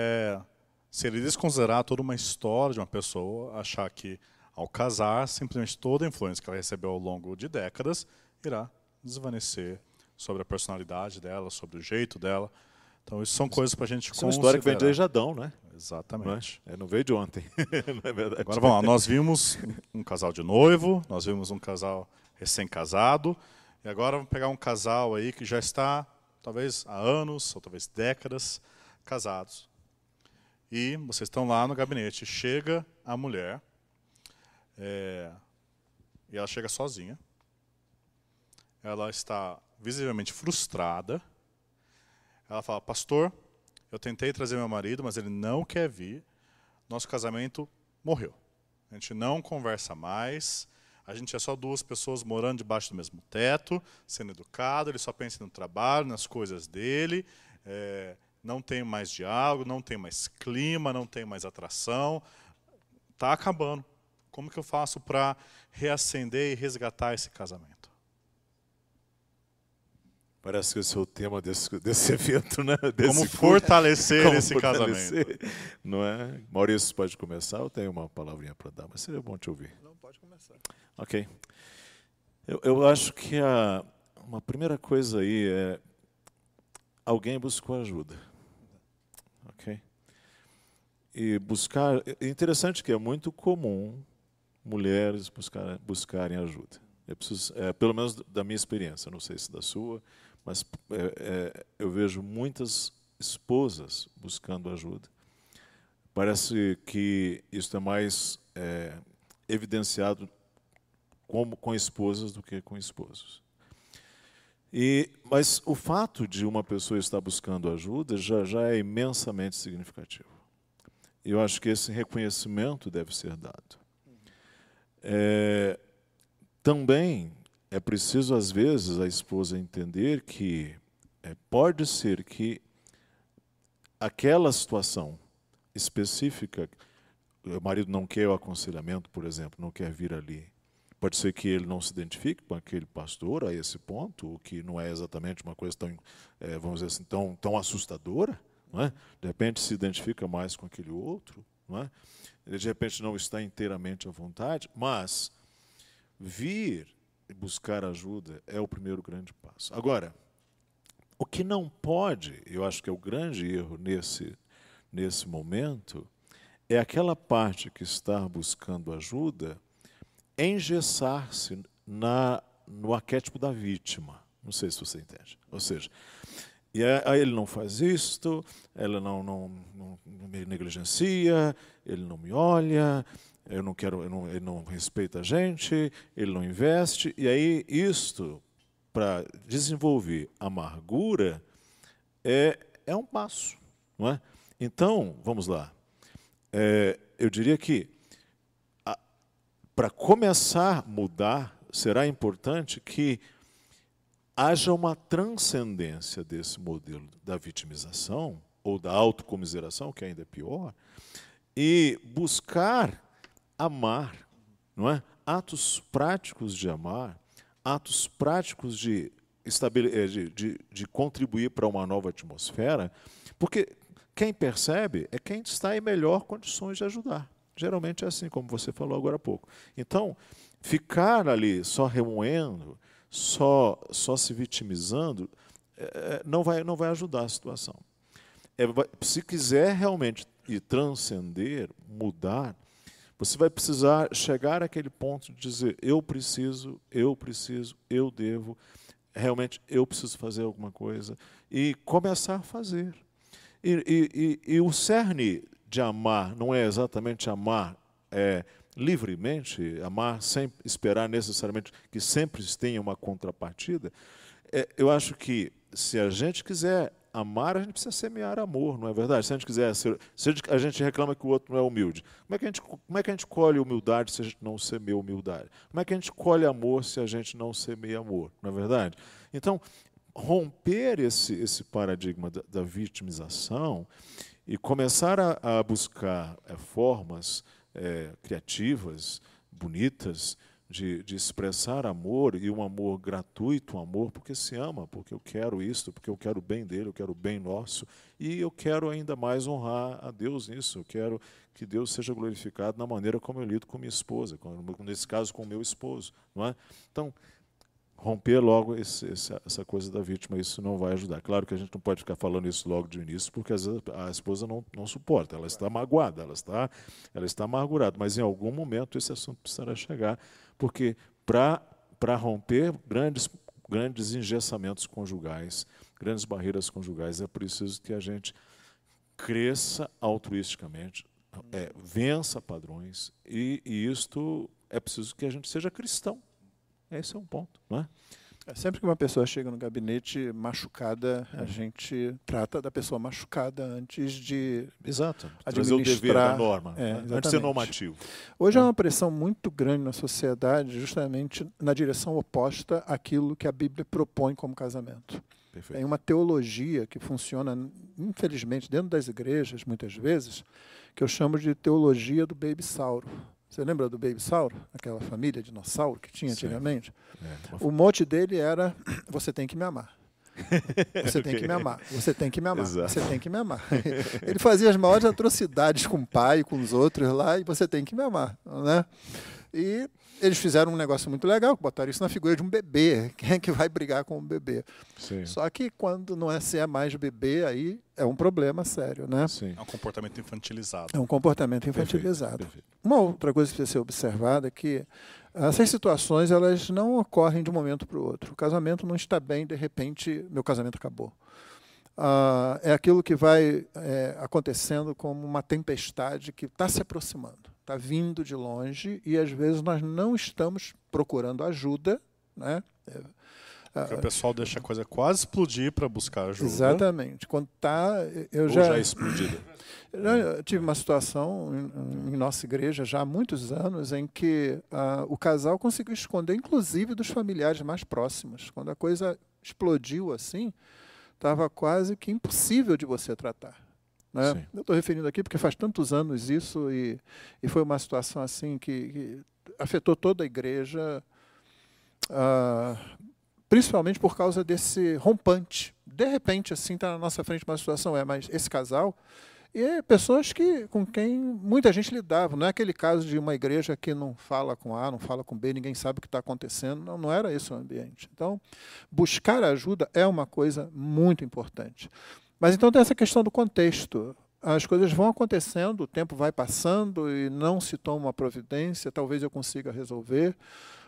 Se ele desconsiderar toda uma história de uma pessoa, achar que, ao casar, simplesmente toda a influência que ela recebeu ao longo de décadas irá desvanecer sobre a personalidade dela, sobre o jeito dela. Então, isso são coisas para a gente considerar. É uma história que vem desde Adão, né? Exatamente. Não veio de ontem, não é verdade? Agora vamos lá, nós vimos um casal de noivo, nós vimos um casal recém-casado, e agora vamos pegar um casal aí que já está, talvez há anos, ou talvez décadas, casados. E vocês estão lá no gabinete, chega a mulher, e ela chega sozinha, ela está visivelmente frustrada, ela fala, pastor, eu tentei trazer meu marido, mas ele não quer vir, nosso casamento morreu. A gente não conversa mais, a gente é só duas pessoas morando debaixo do mesmo teto, sendo educado, ele só pensa no trabalho, nas coisas dele, não tem mais diálogo, não tem mais clima, não tem mais atração, está acabando. Como que eu faço para reacender e resgatar esse casamento? Parece que esse é o tema desse evento, né? Como fortalecer esse fortalecer, casamento. não é? Maurício, pode começar? Eu tenho uma palavrinha para dar, mas seria bom te ouvir. Não, pode começar. Ok. Eu acho que uma primeira coisa aí é alguém buscou ajuda. Ok? E buscar... É interessante que é muito comum mulheres buscarem ajuda. Pelo menos da minha experiência, não sei se da sua, mas eu vejo muitas esposas buscando ajuda. Parece que isso é mais evidenciado com esposas do que com esposos. Mas o fato de uma pessoa estar buscando ajuda já é imensamente significativo. Eu acho que esse reconhecimento deve ser dado. Também é preciso, às vezes, a esposa entender que pode ser que aquela situação específica, o marido não quer o aconselhamento, por exemplo, não quer vir ali. Pode ser que ele não se identifique com aquele pastor a esse ponto, o que não é exatamente uma coisa tão, vamos dizer assim, tão assustadora. Não é? De repente se identifica mais com aquele outro. Não é? Ele, de repente, não está inteiramente à vontade, mas vir e buscar ajuda é o primeiro grande passo. Agora, o que não pode, eu acho que é o grande erro nesse momento, é aquela parte que está buscando ajuda engessar-se no arquétipo da vítima. Não sei se você entende. Ou seja, aí ele não faz isto, ela não me negligencia, ele não me olha, ele não respeita a gente, ele não investe, e aí isto, para desenvolver amargura, é um passo. Não é? Então, vamos lá. Eu diria que, para começar a mudar, será importante que haja uma transcendência desse modelo da vitimização, ou da autocomiseração, que ainda é pior, e buscar amar, não é? Atos práticos de amar, atos práticos de contribuir para uma nova atmosfera, porque quem percebe é quem está em melhor condições de ajudar. Geralmente é assim, como você falou agora há pouco. Então, ficar ali só remoendo, só se vitimizando, não vai ajudar a situação. Se quiser realmente transcender, mudar, você vai precisar chegar àquele ponto de dizer, eu preciso, eu devo, realmente eu preciso fazer alguma coisa, e começar a fazer. E o cerne de amar não é exatamente amar livremente, amar sem esperar necessariamente que sempre tenha uma contrapartida. Eu acho que, se a gente quiser amar, a gente precisa semear amor, não é verdade? Se a gente quiser se a gente reclama que o outro não é humilde, como é que a gente colhe humildade se a gente não semeia humildade? Como é que a gente colhe amor se a gente não semeia amor, não é verdade? Então, romper esse paradigma da vitimização e começar a buscar formas criativas, bonitas, de expressar amor, e um amor gratuito, um amor porque se ama, porque eu quero isto, porque eu quero o bem dele, eu quero o bem nosso, e eu quero ainda mais honrar a Deus nisso, eu quero que Deus seja glorificado na maneira como eu lido com minha esposa, nesse caso com o meu esposo. Não é? Então, romper logo essa coisa da vítima, isso não vai ajudar. Claro que a gente não pode ficar falando isso logo de início, porque às vezes a esposa não suporta, ela está magoada, ela está amargurada, mas em algum momento esse assunto precisará chegar, porque para romper grandes engessamentos conjugais, grandes barreiras conjugais, é preciso que a gente cresça altruisticamente, vença padrões, e isto é preciso que a gente seja cristão. Esse é um ponto, não é? Sempre que uma pessoa chega no gabinete machucada, a gente trata da pessoa machucada antes de Exato. administrar. Trazer o dever da norma, antes de ser Exatamente. normativo. Hoje há uma pressão muito grande na sociedade, justamente na direção oposta àquilo que a Bíblia propõe como casamento. Perfeito. Tem uma teologia que funciona, infelizmente, dentro das igrejas, muitas vezes, que eu chamo de teologia do babysauro. Você lembra do babysauro? Aquela família dinossauro que tinha antigamente? O mote dele era: você tem que me amar. Você tem que me amar. Você tem que me amar. Exato. Você tem que me amar. Ele fazia as maiores atrocidades com o pai, com os outros lá, e você tem que me amar, né? E eles fizeram um negócio muito legal, botaram isso na figura de um bebê. Quem é que vai brigar com um bebê? Sim. Só que quando não é mais bebê, aí é um problema sério, né? Sim. É um comportamento infantilizado. É um comportamento infantilizado. Perfeito. Uma outra coisa que precisa ser observada é que essas situações elas não ocorrem de um momento para o outro. O casamento não está bem, de repente, meu casamento acabou. É aquilo que vai acontecendo como uma tempestade que está se aproximando, está vindo de longe, e às vezes nós não estamos procurando ajuda, né? Porque o pessoal deixa a coisa quase explodir para buscar ajuda. Exatamente. Quando está, Ou já explodida. Eu tive uma situação em nossa igreja já há muitos anos em que o casal conseguiu esconder, inclusive dos familiares mais próximos. Quando a coisa explodiu assim, estava quase que impossível de você tratar, né? Eu estou referindo aqui porque faz tantos anos isso, e foi uma situação assim que afetou toda a igreja, principalmente por causa desse rompante. De repente, assim, está na nossa frente uma situação, mas esse casal, e pessoas com quem muita gente lidava. Não é aquele caso de uma igreja que não fala com A, não fala com B, ninguém sabe o que está acontecendo. Não era esse o ambiente. Então, buscar ajuda é uma coisa muito importante. Mas então tem essa questão do contexto. As coisas vão acontecendo, o tempo vai passando e não se toma uma providência, talvez eu consiga resolver.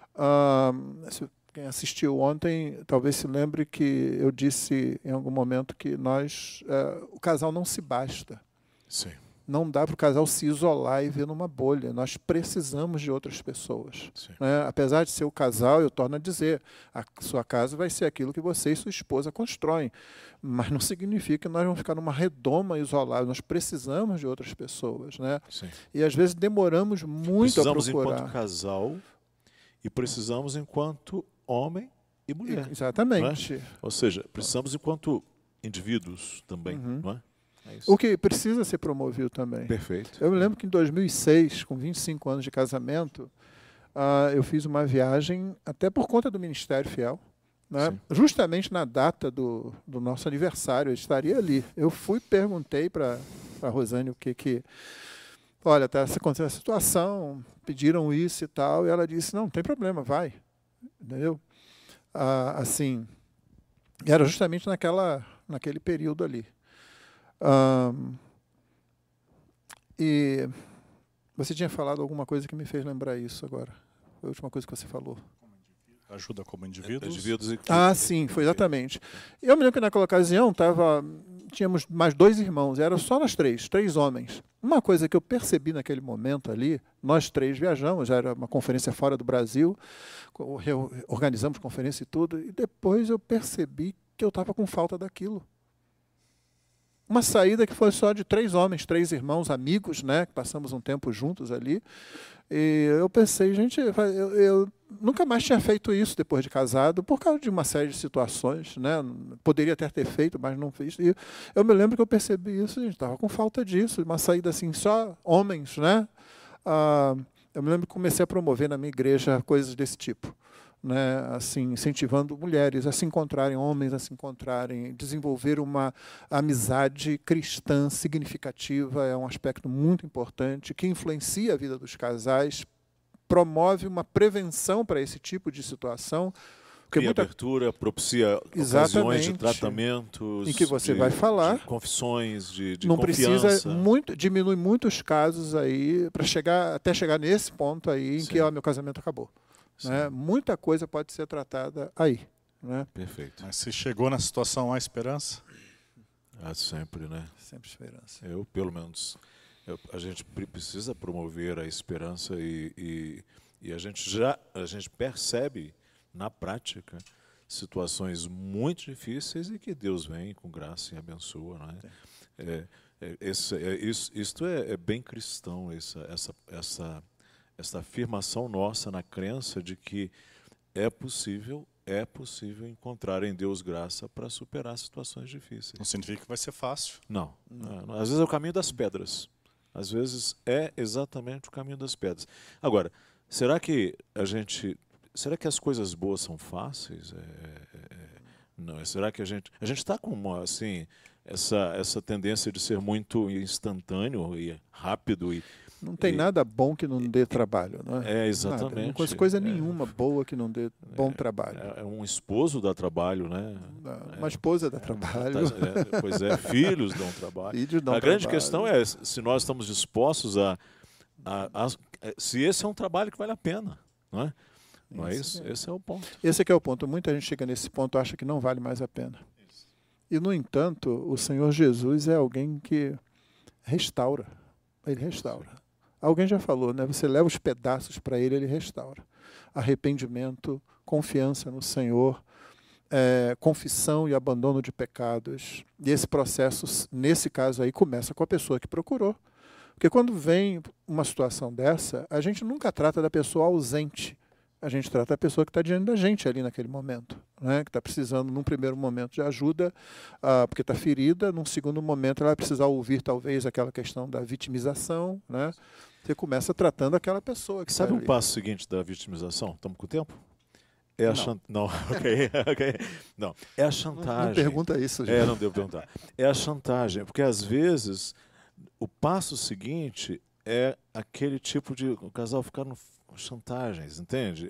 Quem assistiu ontem talvez se lembre que eu disse em algum momento que o casal não se basta. Sim. Não dá para o casal se isolar e viver numa bolha. Nós precisamos de outras pessoas, né? Apesar de ser o casal, eu torno a dizer, a sua casa vai ser aquilo que você e sua esposa constroem. Mas não significa que nós vamos ficar numa redoma isolada. Nós precisamos de outras pessoas, né? Sim. E às vezes demoramos muito a procurar. Precisamos enquanto casal e precisamos enquanto homem e mulher. Exatamente. Não é? Ou seja, precisamos enquanto indivíduos também, não é? O que precisa ser promovido também. Perfeito. Eu me lembro que em 2006, com 25 anos de casamento, eu fiz uma viagem, até por conta do Ministério Fiel, né? Justamente na data do nosso aniversário, eu estaria ali. Eu perguntei para a Rosane o que... Olha, está acontecendo essa situação, pediram isso e tal, e ela disse, não tem problema, vai. Entendeu? Assim, era justamente naquele período ali. E você tinha falado alguma coisa que me fez lembrar isso agora. Foi a última coisa que você falou. Ajuda como indivíduos. Sim, foi exatamente. Eu me lembro que naquela ocasião tínhamos mais 2 irmãos, era só nós 3 homens. Uma coisa que eu percebi naquele momento ali, nós 3 viajamos, era uma conferência fora do Brasil, organizamos conferência e tudo, e depois eu percebi que eu estava com falta daquilo. Uma saída que foi só de 3 homens, 3 irmãos, amigos, né, que passamos um tempo juntos ali. E eu pensei, gente, eu nunca mais tinha feito isso depois de casado, por causa de uma série de situações, né? Poderia até ter feito, mas não fiz. E eu me lembro que eu percebi isso, a gente estava com falta disso, uma saída assim, só homens, né? Eu me lembro que comecei a promover na minha igreja coisas desse tipo, né, assim, incentivando mulheres a se encontrarem, homens a se encontrarem, desenvolver uma amizade cristã significativa, é um aspecto muito importante, que influencia a vida dos casais, promove uma prevenção para esse tipo de situação, Porque cria abertura, propicia ocasiões de tratamentos, em que você vai falar, de confissões, de não confiança. Precisa diminui muitos casos aí para até chegar nesse ponto aí em que meu casamento acabou. Né? Muita coisa pode ser tratada aí. Né? Perfeito. Mas se chegou na situação, há esperança? Há sempre, né? Sempre esperança. Eu, pelo menos, a gente precisa promover a esperança e a gente percebe na prática situações muito difíceis e que Deus vem com graça e abençoa, né? Isto é bem cristão, essa afirmação nossa na crença de que é possível encontrar em Deus graça para superar situações difíceis. Não significa que vai ser fácil. Não. Às vezes é o caminho das pedras. Às vezes é exatamente o caminho das pedras. Agora, será que as coisas boas são fáceis? Não. Será que a gente está com essa tendência de ser muito instantâneo e rápido não tem nada bom que não dê trabalho, não é? Exatamente. Nada. Não conheço coisa nenhuma boa que não dê bom trabalho. Um esposo dá trabalho, né? Uma esposa dá trabalho. Pois é, filhos dão trabalho. A grande questão é se nós estamos dispostos se esse é um trabalho que vale a pena, não é? Não é isso? Esse é o ponto. Esse é o ponto. Muita gente chega nesse ponto e acha que não vale mais a pena. E, no entanto, o Senhor Jesus é alguém que restaura. Ele restaura. Alguém já falou, né? Você leva os pedaços para ele restaura. Arrependimento, confiança no Senhor, confissão e abandono de pecados. E esse processo, nesse caso aí, começa com a pessoa que procurou. Porque quando vem uma situação dessa, a gente nunca trata da pessoa ausente. A gente trata da pessoa que está diante da gente ali naquele momento, né? Que está precisando, num primeiro momento, de ajuda, porque está ferida. Num segundo momento, ela vai precisar ouvir, talvez, aquela questão da vitimização. Né? Você começa tratando aquela pessoa que sabe tá o passo seguinte da vitimização? Estamos com o tempo? Não, ok. Não, é a chantagem. Não pergunta isso, gente. Não devo perguntar. É a chantagem, porque às vezes o passo seguinte é aquele tipo de o casal ficar no chantagens, entende?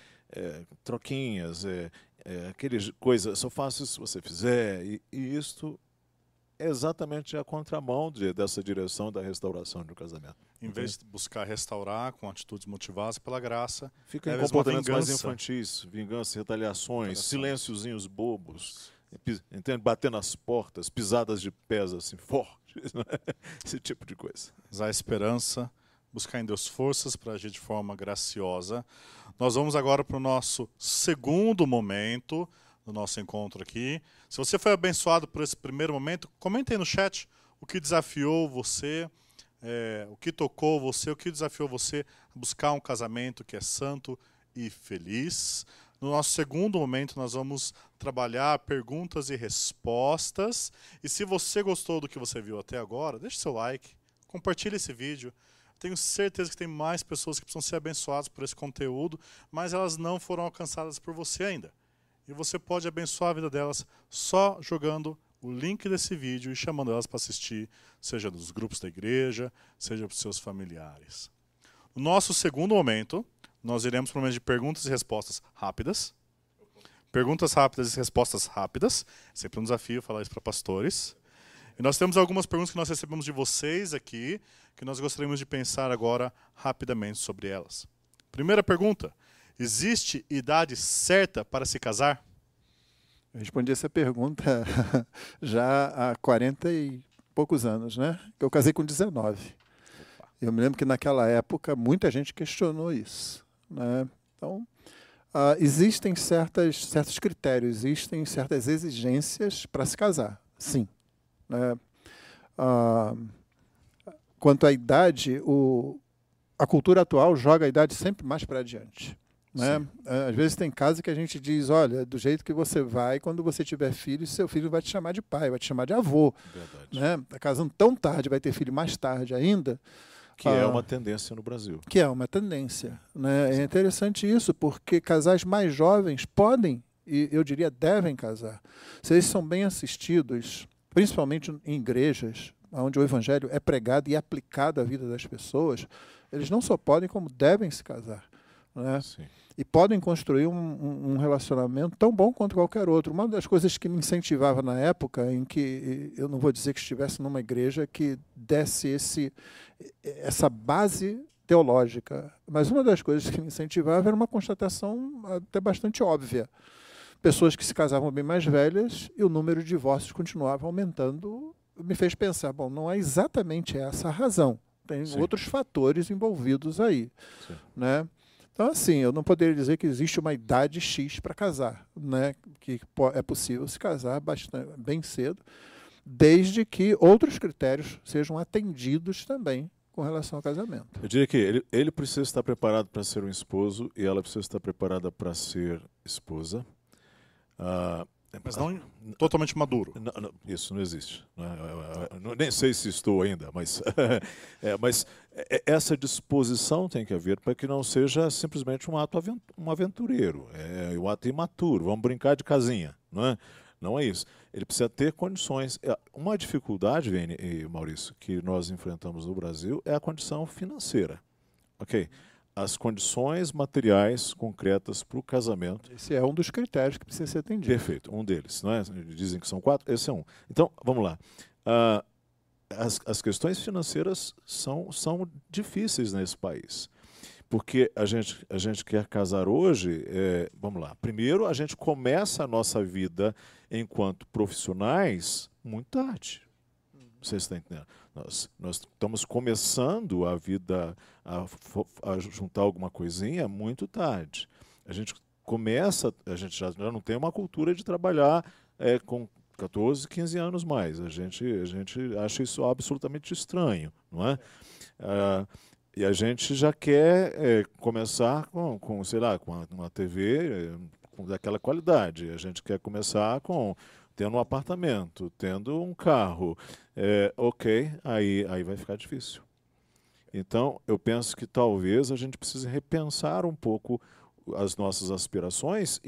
Troquinhas, aquele coisa, só faço isso se você fizer, e isto é exatamente a contramão dessa direção da restauração de um casamento. Em vez de buscar restaurar com atitudes motivadas pela graça, fica em comportamentos mais infantis, vingança, retaliações, silênciozinhos bobos, entende? Bater nas portas, pisadas de pés assim fortes, né? Esse tipo de coisa. Usar a esperança, buscar em Deus forças para agir de forma graciosa. Nós vamos agora para o nosso segundo momento do nosso encontro aqui. Se você foi abençoado por esse primeiro momento, comente aí no chat o que desafiou você, o que tocou você, o que desafiou você a buscar um casamento que é santo e feliz. No nosso segundo momento, nós vamos trabalhar perguntas e respostas. E se você gostou do que você viu até agora, deixe seu like, compartilhe esse vídeo. Tenho certeza que tem mais pessoas que precisam ser abençoadas por esse conteúdo, mas elas não foram alcançadas por você ainda. E você pode abençoar a vida delas só jogando o link desse vídeo e chamando elas para assistir, seja nos grupos da igreja, seja para os seus familiares. No nosso segundo momento, nós iremos para um momento de perguntas e respostas rápidas. Perguntas rápidas e respostas rápidas. Sempre um desafio falar isso para pastores. E nós temos algumas perguntas que nós recebemos de vocês aqui, que nós gostaríamos de pensar agora rapidamente sobre elas. Primeira pergunta: existe idade certa para se casar? Eu respondi essa pergunta já há 40 e poucos anos, né? Eu casei com 19. Eu me lembro que naquela época muita gente questionou isso, né? Então, existem certos critérios, existem certas exigências para se casar, sim. Quanto à idade, a cultura atual joga a idade sempre mais para adiante. Né? Às vezes tem casos que a gente diz, olha, do jeito que você vai, quando você tiver filho, seu filho vai te chamar de pai, vai te chamar de avô. Né? Tá casando tão tarde, vai ter filho mais tarde ainda. Que é uma tendência no Brasil. Que é uma tendência. Né? É interessante isso, porque casais mais jovens podem, e eu diria devem casar. Se eles são bem assistidos, principalmente em igrejas, onde o evangelho é pregado e aplicado à vida das pessoas, eles não só podem, como devem se casar. né? Sim. E podem construir um relacionamento tão bom quanto qualquer outro. Uma das coisas que me incentivava na época, em que eu não vou dizer que estivesse numa igreja que desse essa base teológica, mas uma das coisas que me incentivava era uma constatação até bastante óbvia. Pessoas que se casavam bem mais velhas e o número de divórcios continuava aumentando, me fez pensar, bom, não é exatamente essa a razão. Tem Sim. outros fatores envolvidos aí, Sim. né? Então, assim, eu não poderia dizer que existe uma idade X para casar, né? Que é possível se casar bem cedo, desde que outros critérios sejam atendidos também com relação ao casamento. Eu diria que ele precisa estar preparado para ser um esposo e ela precisa estar preparada para ser esposa. Mas não totalmente maduro. Isso não existe. Nem sei se estou ainda, mas, mas essa disposição tem que haver para que não seja simplesmente um aventureiro, um ato imaturo, vamos brincar de casinha. Não é isso. Ele precisa ter condições. Uma dificuldade, Vini e Maurício, que nós enfrentamos no Brasil é a condição financeira. Ok? As condições materiais concretas para o casamento. Esse é um dos critérios que precisa ser atendido. Perfeito, um deles. Não é? Dizem que são 4, esse é um. Então, vamos lá. As questões financeiras são difíceis nesse país. Porque a gente quer casar hoje, vamos lá. Primeiro, a gente começa a nossa vida enquanto profissionais muito tarde. Você está entendendo? Nós estamos começando a vida, a juntar alguma coisinha muito tarde. A gente já não tem uma cultura de trabalhar com 14, 15 anos mais. A gente acha isso absolutamente estranho, não é? E a gente já quer começar com, sei lá, com uma TV daquela qualidade. A gente quer começar tendo um apartamento, tendo um carro. Ok, aí vai ficar difícil. Então, eu penso que talvez a gente precise repensar um pouco as nossas aspirações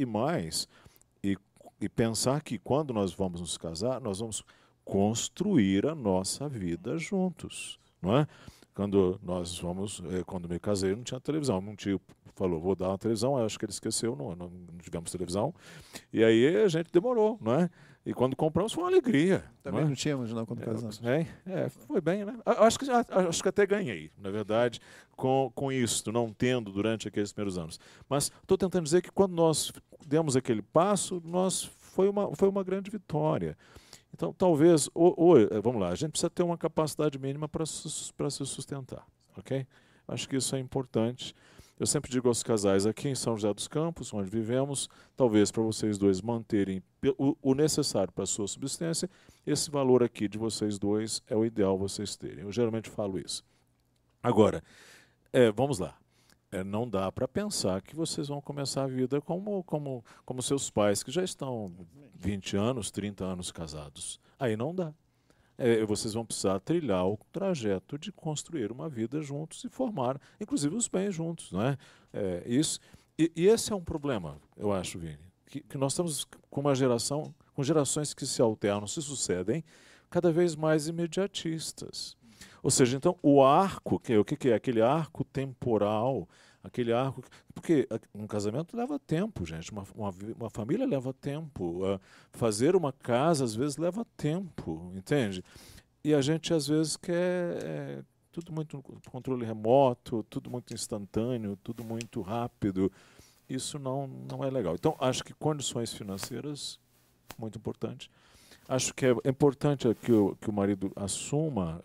e pensar que quando nós vamos nos casar, nós vamos construir a nossa vida juntos, não é? Quando me casei, não tinha televisão. Um tio falou, vou dar uma televisão, eu acho que ele esqueceu, não tivemos televisão. E aí a gente demorou, não é? E quando compramos foi uma alegria. Também não tínhamos, não, quando casamos. Foi bem, né? Acho que até ganhei, na verdade, com isso, não tendo durante aqueles primeiros anos. Mas estou tentando dizer que quando nós demos aquele passo, foi uma grande vitória. Então, talvez, vamos lá, a gente precisa ter uma capacidade mínima para se sustentar, ok? Acho que isso é importante. Eu sempre digo aos casais aqui em São José dos Campos, onde vivemos, talvez para vocês dois manterem o necessário para a sua subsistência, esse valor aqui de vocês dois é o ideal vocês terem. Eu geralmente falo isso. Agora, vamos lá. Não dá para pensar que vocês vão começar a vida como seus pais, que já estão 20 anos, 30 anos casados. Aí não dá. Vocês vão precisar trilhar o trajeto de construir uma vida juntos e formar, inclusive, os bens juntos. Não é? Isso. E esse é um problema, eu acho, Vini, que nós estamos com com gerações que se alternam, se sucedem, cada vez mais imediatistas. Ou seja, então, o arco, o que é? Aquele arco temporal, aquele arco... Porque um casamento leva tempo, gente. Uma família leva tempo. Fazer uma casa, às vezes, leva tempo, entende? E a gente, às vezes, quer tudo muito controle remoto, tudo muito instantâneo, tudo muito rápido. Isso não é legal. Então, acho que condições financeiras, muito importante. Acho que é importante que o marido assuma...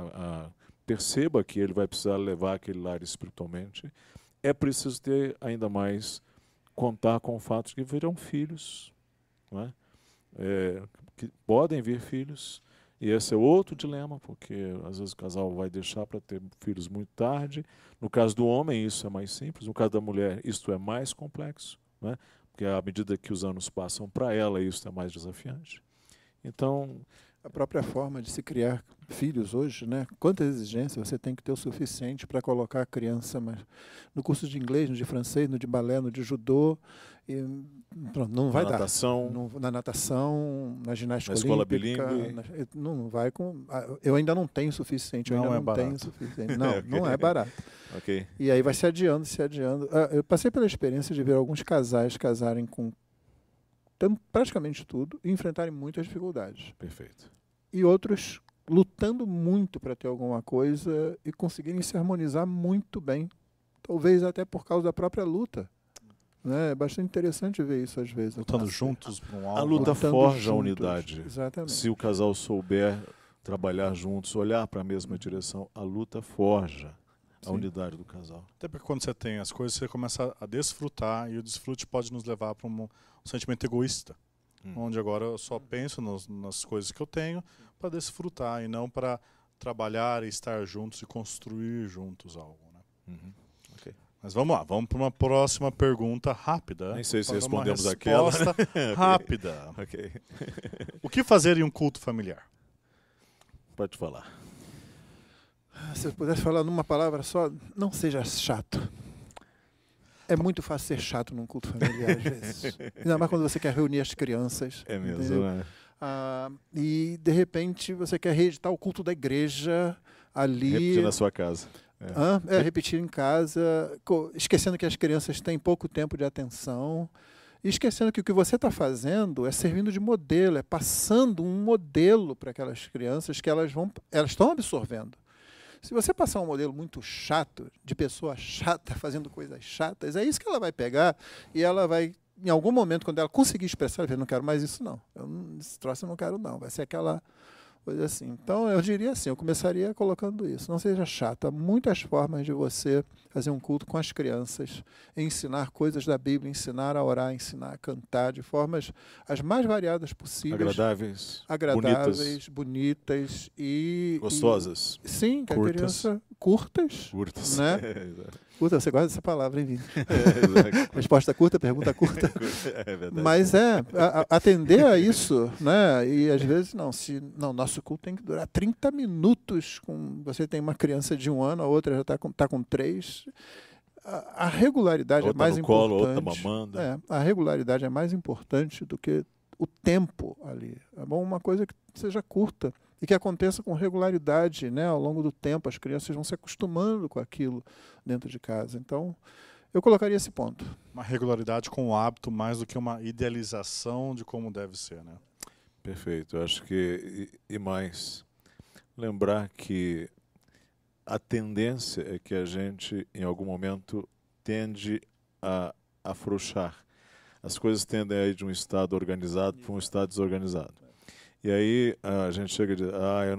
perceba que ele vai precisar levar aquele lar espiritualmente. É preciso ter ainda mais, contar com o fato de que virão filhos, não é? Que podem vir filhos, e esse é outro dilema, porque às vezes o casal vai deixar para ter filhos muito tarde. No caso do homem isso é mais simples, no caso da mulher isso é mais complexo, não é? Porque à medida que os anos passam para ela isso é mais desafiante. Então, A própria forma de se criar filhos hoje, né? Quantas exigências você tem que ter o suficiente para colocar a criança no curso de inglês, no de francês, no de balé, no de judô, e pronto, não vai dar. Na natação, na ginástica escola olímpica, bilíngue. não vai com. Eu ainda não tenho o suficiente, Não tenho o suficiente. Não, Okay. não é barato. Ok. E aí vai se adiando, se adiando. Eu passei pela experiência de ver alguns casais casarem com praticamente tudo e enfrentarem muitas dificuldades. Perfeito. E outros lutando muito para ter alguma coisa e conseguirem se harmonizar muito bem. Talvez até por causa da própria luta. Né? É bastante interessante ver isso às vezes. Lutando juntos por um alvo. A luta Lutando forja a juntos, unidade. exatamente. Se o casal souber trabalhar juntos, olhar para a mesma direção, a luta forja a unidade do casal. Até porque quando você tem as coisas, você começa a desfrutar, e o desfrute pode nos levar para um sentimento egoísta. Onde agora eu só penso nas coisas que eu tenho para desfrutar e não para trabalhar e estar juntos e construir juntos algo. Né? Okay. Mas vamos lá, vamos para uma próxima pergunta rápida. Nem sei se para respondemos uma aquela. resposta rápida. Ok. O que fazer em um culto familiar? Pode falar. Se eu pudesse falar numa palavra só, não seja chato. É muito fácil ser chato num culto familiar, às vezes. Ainda mais quando você quer reunir as crianças. É mesmo, entendeu? né? E, de repente, você quer reeditar o culto da igreja ali. Repetir na sua casa. Repetir em casa, esquecendo que as crianças têm pouco tempo de atenção. E esquecendo que o que você está fazendo é servindo de modelo, é passando um modelo para aquelas crianças que elas estão absorvendo. Se você passar um modelo muito chato, de pessoa chata, fazendo coisas chatas, é isso que ela vai pegar e ela vai, em algum momento, quando ela conseguir expressar, ela vai dizer, não quero mais isso não. Esse troço eu não quero não. Vai ser aquela coisa assim. Então, eu diria assim, eu começaria colocando isso. Não seja chato. Há muitas formas de você fazer um culto com as crianças, ensinar coisas da Bíblia, ensinar a orar, ensinar a cantar, de formas as mais variadas possíveis. Agradáveis, bonitas e... Gostosas. Sim, que curtas. A criança... Curtas. Né? Curta, você gosta dessa palavra, hein, Vini? Resposta curta, pergunta curta. É verdade. Mas atender a isso, né? E às vezes nosso culto tem que durar 30 minutos. Você tem uma criança de 1 ano, a outra já está com 3. A regularidade outra é mais no importante. colo, outra mamando. A regularidade é mais importante do que o tempo ali. É bom uma coisa que seja curta e que aconteça com regularidade, né? Ao longo do tempo. As crianças vão se acostumando com aquilo dentro de casa. Então, eu colocaria esse ponto. Uma regularidade com o hábito mais do que uma idealização de como deve ser, né? Perfeito. Eu acho que, e mais, lembrar que a tendência é que a gente, em algum momento, tende a afrouxar. As coisas tendem a ir de um estado organizado para um estado desorganizado. E aí a gente chega e diz,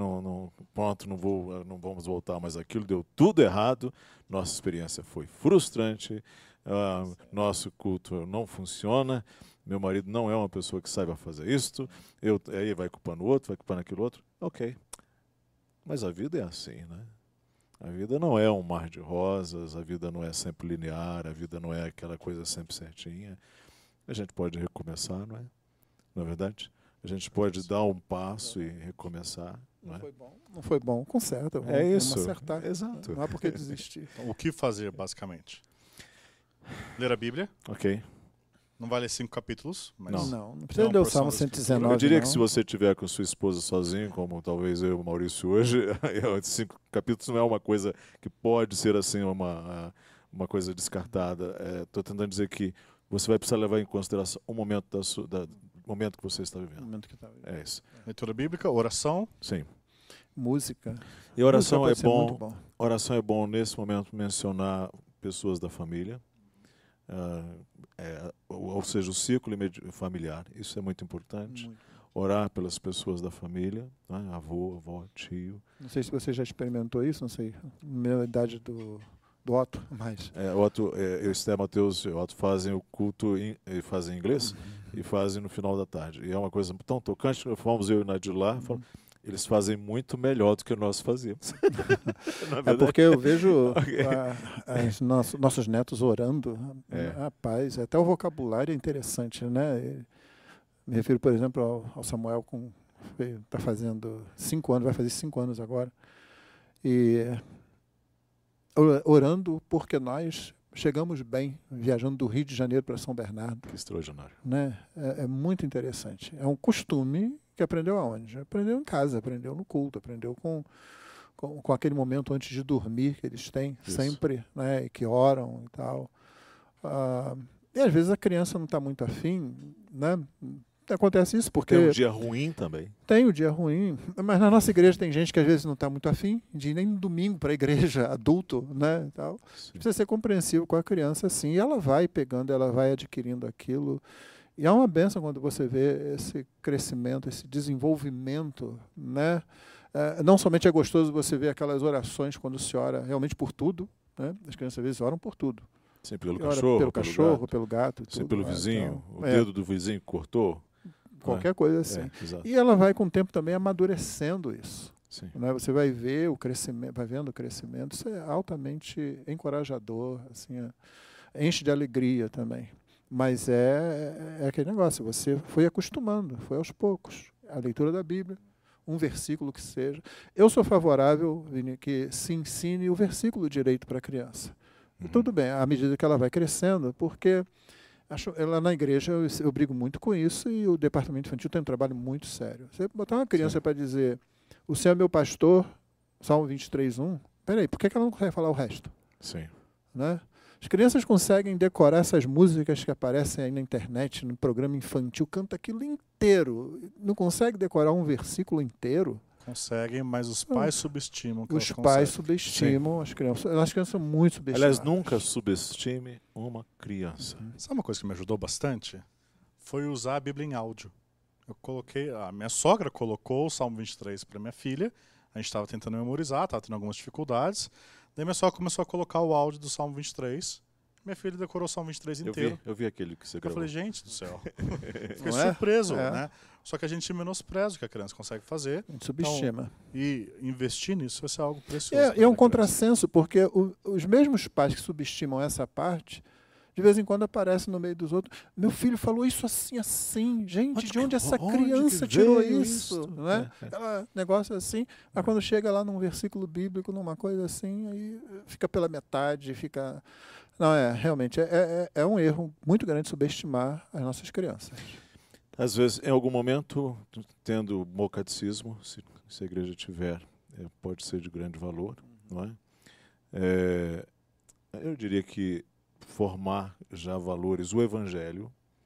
não vamos voltar mais aquilo, deu tudo errado, nossa experiência foi frustrante, nosso culto não funciona, meu marido não é uma pessoa que saiba fazer isto, aí vai culpando o outro, vai culpando aquilo outro. Ok, mas a vida é assim, né? A vida não é um mar de rosas, a vida não é sempre linear, a vida não é aquela coisa sempre certinha. A gente pode recomeçar, não é? Não é verdade? A gente pode dar um passo e recomeçar. Não foi bom, conserta. Vamos acertar. Exato. Não há por que desistir. Então, o que fazer, basicamente? Ler a Bíblia. Ok. Não vai ler 5 capítulos, mas... Não precisa ler o Salmo 119. Eu diria que se você estiver com sua esposa sozinho, como talvez eu e o Maurício hoje, 5 capítulos não é uma coisa que pode ser assim uma coisa descartada. Estou tentando dizer que você vai precisar levar em consideração o momento momento que você está vivendo. É isso. Leitura bíblica, oração. Sim. Música. E oração Música é pode ser muito bom. Oração é bom nesse momento mencionar pessoas da família, ou seja, o círculo familiar. Isso é muito importante. Orar pelas pessoas da família, né? Avô, avó, tio. Não sei se você já experimentou isso, não sei. Na idade do Otto, mas... Otto, eu e Esther Mateus e Otto fazem o culto fazem em inglês e fazem no final da tarde. E é uma coisa tão tocante, fomos eu e Nadir lá, eles fazem muito melhor do que nós fazíamos. É porque eu vejo nossos netos orando, rapaz, até o vocabulário é interessante, né? Me refiro, por exemplo, ao Samuel com está fazendo 5 anos, vai fazer 5 anos agora. E orando porque nós chegamos bem, viajando do Rio de Janeiro para São Bernardo. Que extraordinário. Né? É muito interessante. É um costume que aprendeu aonde? Aprendeu em casa, aprendeu no culto, aprendeu com aquele momento antes de dormir que eles têm sempre, né? Que oram e tal. E às vezes a criança não está muito afim, né? Acontece isso porque... Tem um dia ruim também. Tem um dia ruim, mas na nossa igreja tem gente que às vezes não está muito afim de ir nem no domingo para a igreja, adulto, né? Tal. Precisa ser compreensivo com a criança, sim, e ela vai pegando, ela vai adquirindo aquilo. E é uma bênção quando você vê esse crescimento, esse desenvolvimento, né? Não somente é gostoso você ver aquelas orações quando se ora realmente por tudo, né? As crianças às vezes oram por tudo. Sim, pelo cachorro, pelo gato. Sim, pelo vizinho, então, o dedo do vizinho cortou. Qualquer coisa assim. E ela vai com o tempo também amadurecendo isso. Sim. Né? Você vai ver o crescimento, vai vendo o crescimento. Isso é altamente encorajador, assim, enche de alegria também. Mas é aquele negócio, você foi acostumando, foi aos poucos. A leitura da Bíblia, um versículo que seja. Eu sou favorável, Vini, que se ensine o versículo direito para a criança. E tudo bem, à medida que ela vai crescendo, porque lá na igreja eu brigo muito com isso e o departamento infantil tem um trabalho muito sério. Você botar uma criança para dizer, o Senhor é meu pastor, Salmo 23:1, peraí, por que ela não consegue falar o resto? Sim. Né? As crianças conseguem decorar essas músicas que aparecem aí na internet, no programa infantil, canta aquilo inteiro. Não consegue decorar um versículo inteiro? Conseguem, mas os pais subestimam. Que os pais subestimam as crianças. As crianças são muito subestimadas. Aliás, nunca subestime uma criança. Sabe uma coisa que me ajudou bastante? Foi usar a Bíblia em áudio. Eu coloquei, a minha sogra colocou o Salmo 23 para minha filha. A gente estava tentando memorizar, estava tendo algumas dificuldades. Daí minha sogra começou a colocar o áudio do Salmo 23. Minha filha decorou o Salmo 23 inteiro. Eu vi aquele que você gravou. Eu falei, gente do céu. Fiquei surpreso, né? Só que a gente menospreza o que a criança consegue fazer. A gente subestima. Então, e investir nisso vai ser algo precioso. É um contrassenso, porque os mesmos pais que subestimam essa parte, de vez em quando aparecem no meio dos outros. Meu filho falou isso assim, assim. Gente, de onde essa criança tirou isso? Né? Aquela negócio assim. Mas quando chega lá num versículo bíblico, numa coisa assim, aí fica pela metade, fica... Não, realmente, é um erro muito grande subestimar as nossas crianças. Às vezes, em algum momento, tendo bom catecismo, se a igreja tiver, pode ser de grande valor, não é? Eu diria que formar já valores, o Evangelho,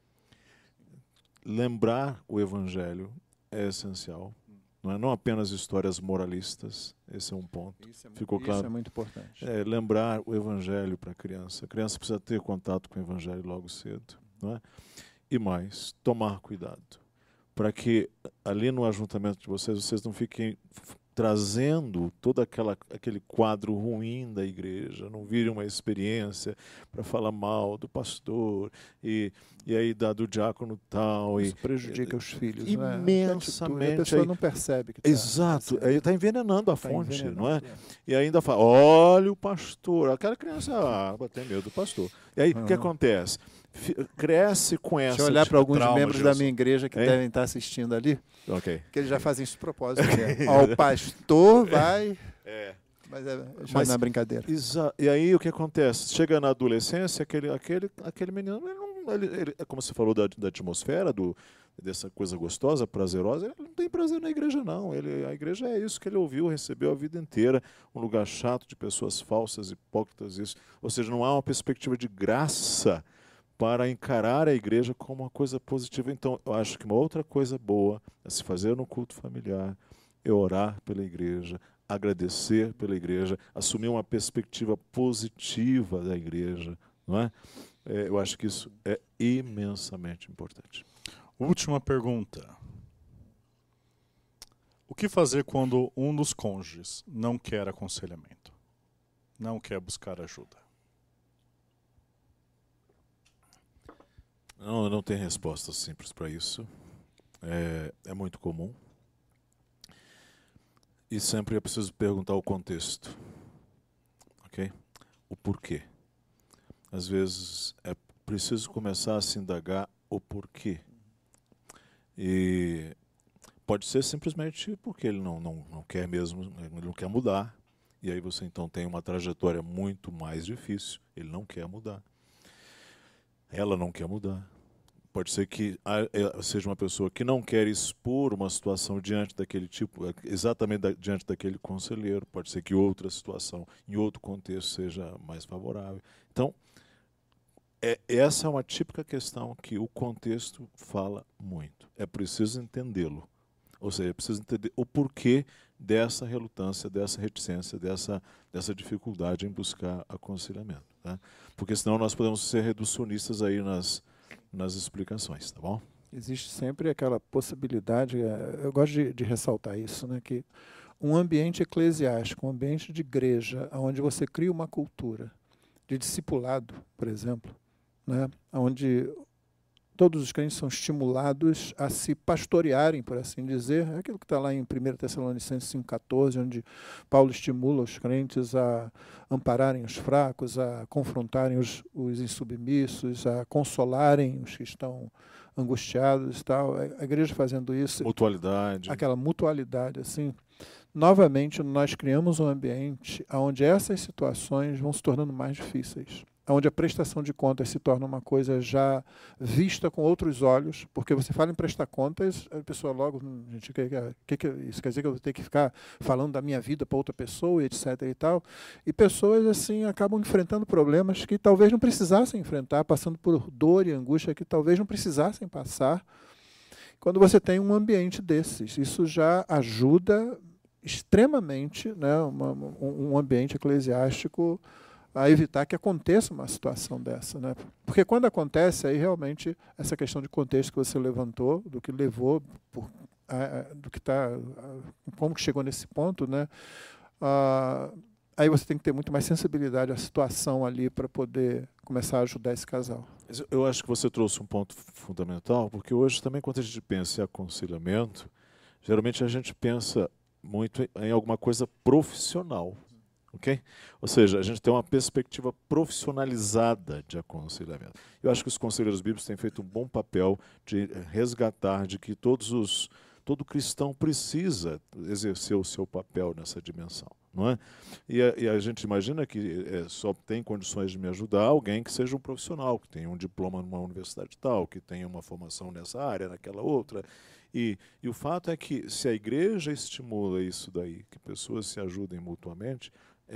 lembrar o Evangelho é essencial. Não apenas histórias moralistas, esse é um ponto. Ficou claro? Isso é muito importante. Lembrar o Evangelho para a criança. A criança precisa ter contato com o Evangelho logo cedo. Não é? E mais, tomar cuidado, para que ali no ajuntamento de vocês não fiquem trazendo todo aquele quadro ruim da igreja, não virem uma experiência para falar mal do pastor e aí do diácono tal. Isso prejudica os filhos. Imensamente. Né? A pessoa não percebe. Que exato. Aí está envenenando a fonte, não é? E ainda fala, olha o pastor. Aquela criança tem medo do pastor. E aí o que acontece? Cresce com essa... Deixa eu olhar para alguns membros da minha igreja que devem estar assistindo ali, que eles já fazem isso de propósito. O pastor vai... Mas não é brincadeira. E aí o que acontece? Chega na adolescência, aquele menino, ele, como você falou da atmosfera, dessa coisa gostosa, prazerosa, ele não tem prazer na igreja, não. A igreja é isso que ele ouviu, recebeu a vida inteira, um lugar chato de pessoas falsas, hipócritas, isso. Ou seja, não há uma perspectiva de graça para encarar a igreja como uma coisa positiva. Então, eu acho que uma outra coisa boa a se fazer no culto familiar é orar pela igreja, agradecer pela igreja, assumir uma perspectiva positiva da igreja, não é? Eu acho que isso é imensamente importante. Última pergunta. O que fazer quando um dos cônjuges não quer aconselhamento? Não quer buscar ajuda? Não tem resposta simples para isso. É muito comum. E sempre é preciso perguntar o contexto. Ok? O porquê. Às vezes é preciso começar a se indagar o porquê. E Pode ser simplesmente porque ele não quer mesmo, ele não quer mudar. E aí você então tem uma trajetória muito mais difícil. Ele não quer mudar. Ela não quer mudar. Pode ser que seja uma pessoa que não quer expor uma situação diante daquele tipo, exatamente diante daquele conselheiro. Pode ser que outra situação, em outro contexto, seja mais favorável. Então, essa é uma típica questão que o contexto fala muito. É preciso entendê-lo. Ou seja, é preciso entender o porquê dessa relutância, dessa reticência, dessa dificuldade em buscar aconselhamento. Tá? Porque senão nós podemos ser reducionistas aí nas explicações, tá bom? Existe sempre aquela possibilidade, eu gosto de ressaltar isso, né, que um ambiente eclesiástico, um ambiente de igreja, onde você cria uma cultura de discipulado, por exemplo, né, onde todos os crentes são estimulados a se pastorearem, por assim dizer. É aquilo que está lá em 1 Tessalonicenses 5,14, onde Paulo estimula os crentes a ampararem os fracos, a confrontarem os insubmissos, a consolarem os que estão angustiados e tal. A igreja fazendo isso. Mutualidade. Aquela mutualidade, assim. Novamente, nós criamos um ambiente onde essas situações vão se tornando mais difíceis, onde a prestação de contas se torna uma coisa já vista com outros olhos, porque você fala em prestar contas, a pessoa logo, gente, isso quer dizer que eu vou ter que ficar falando da minha vida para outra pessoa, etc. e tal, e pessoas assim acabam enfrentando problemas que talvez não precisassem enfrentar, passando por dor e angústia que talvez não precisassem passar, quando você tem um ambiente desses. Isso já ajuda extremamente, né, um ambiente eclesiástico a evitar que aconteça uma situação dessa, né? Porque quando acontece, aí realmente essa questão de contexto que você levantou, do que levou, do que está, como que chegou nesse ponto, né? Aí você tem que ter muito mais sensibilidade à situação ali para poder começar a ajudar esse casal. Eu acho que você trouxe um ponto fundamental, porque hoje também quando a gente pensa em aconselhamento, geralmente a gente pensa muito em alguma coisa profissional. Okay? Ou seja, a gente tem uma perspectiva profissionalizada de aconselhamento. Eu acho que os conselheiros bíblicos têm feito um bom papel de resgatar de que todo cristão precisa exercer o seu papel nessa dimensão. Não é? E a gente imagina que só tem condições de me ajudar alguém que seja um profissional, que tenha um diploma numa universidade tal, que tenha uma formação nessa área, naquela outra. E o fato é que se a igreja estimula isso daí, que pessoas se ajudem mutuamente,